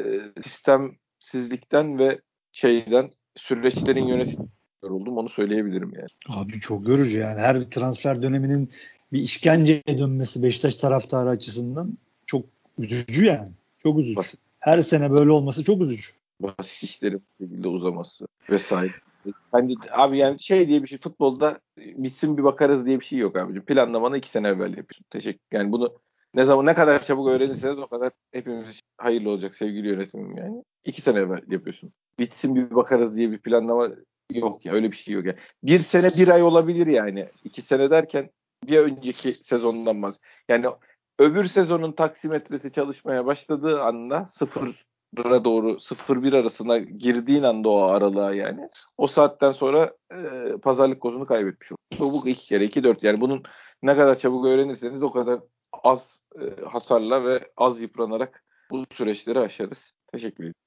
sistemsizlikten ve şeyden süreçlerin yönetiminde yoruldum onu söyleyebilirim yani. Abi çok yorucu yani. Her bir transfer döneminin bir işkenceye dönmesi Beşiktaş taraftarı açısından çok üzücü yani. Çok üzücü. Basit, Her sene böyle olması çok üzücü. basit işlerin bu şekilde uzaması vesaire. Hani abi yani şey diye bir şey futbolda bitsin bir bakarız diye bir şey yok abicim. Planlamanı iki sene evvel yapıyorsun. Teşekkür. Yani bunu ne zaman ne kadar çabuk öğrenirseniz o kadar hepimiz için hayırlı olacak sevgili yönetimim yani. İki sene evvel yapıyorsun. Bitsin bir bakarız diye bir planlama yok ya, öyle bir şey yok ya. Bir sene bir ay olabilir yani. İki sene derken bir önceki sezondan bak. Yani öbür sezonun taksimetresi çalışmaya başladığı anda sıfır doğru sıfır bir arasına girdiğin anda o aralığa yani o saatten sonra e, pazarlık kozunu kaybetmiş olur. Bu, bu iki kere iki dört yani bunun ne kadar çabuk öğrenirseniz o kadar az e, hasarla ve az yıpranarak bu süreçleri aşarız. Teşekkür ederim.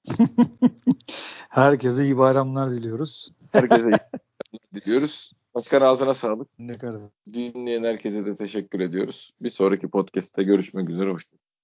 Herkese iyi bayramlar diliyoruz. Herkese iyi diliyoruz. Başkan ağzına sağlık. Ne kadar. Dinleyen herkese de teşekkür ediyoruz. Bir sonraki podcast'te görüşmek üzere. Hoşçakalın.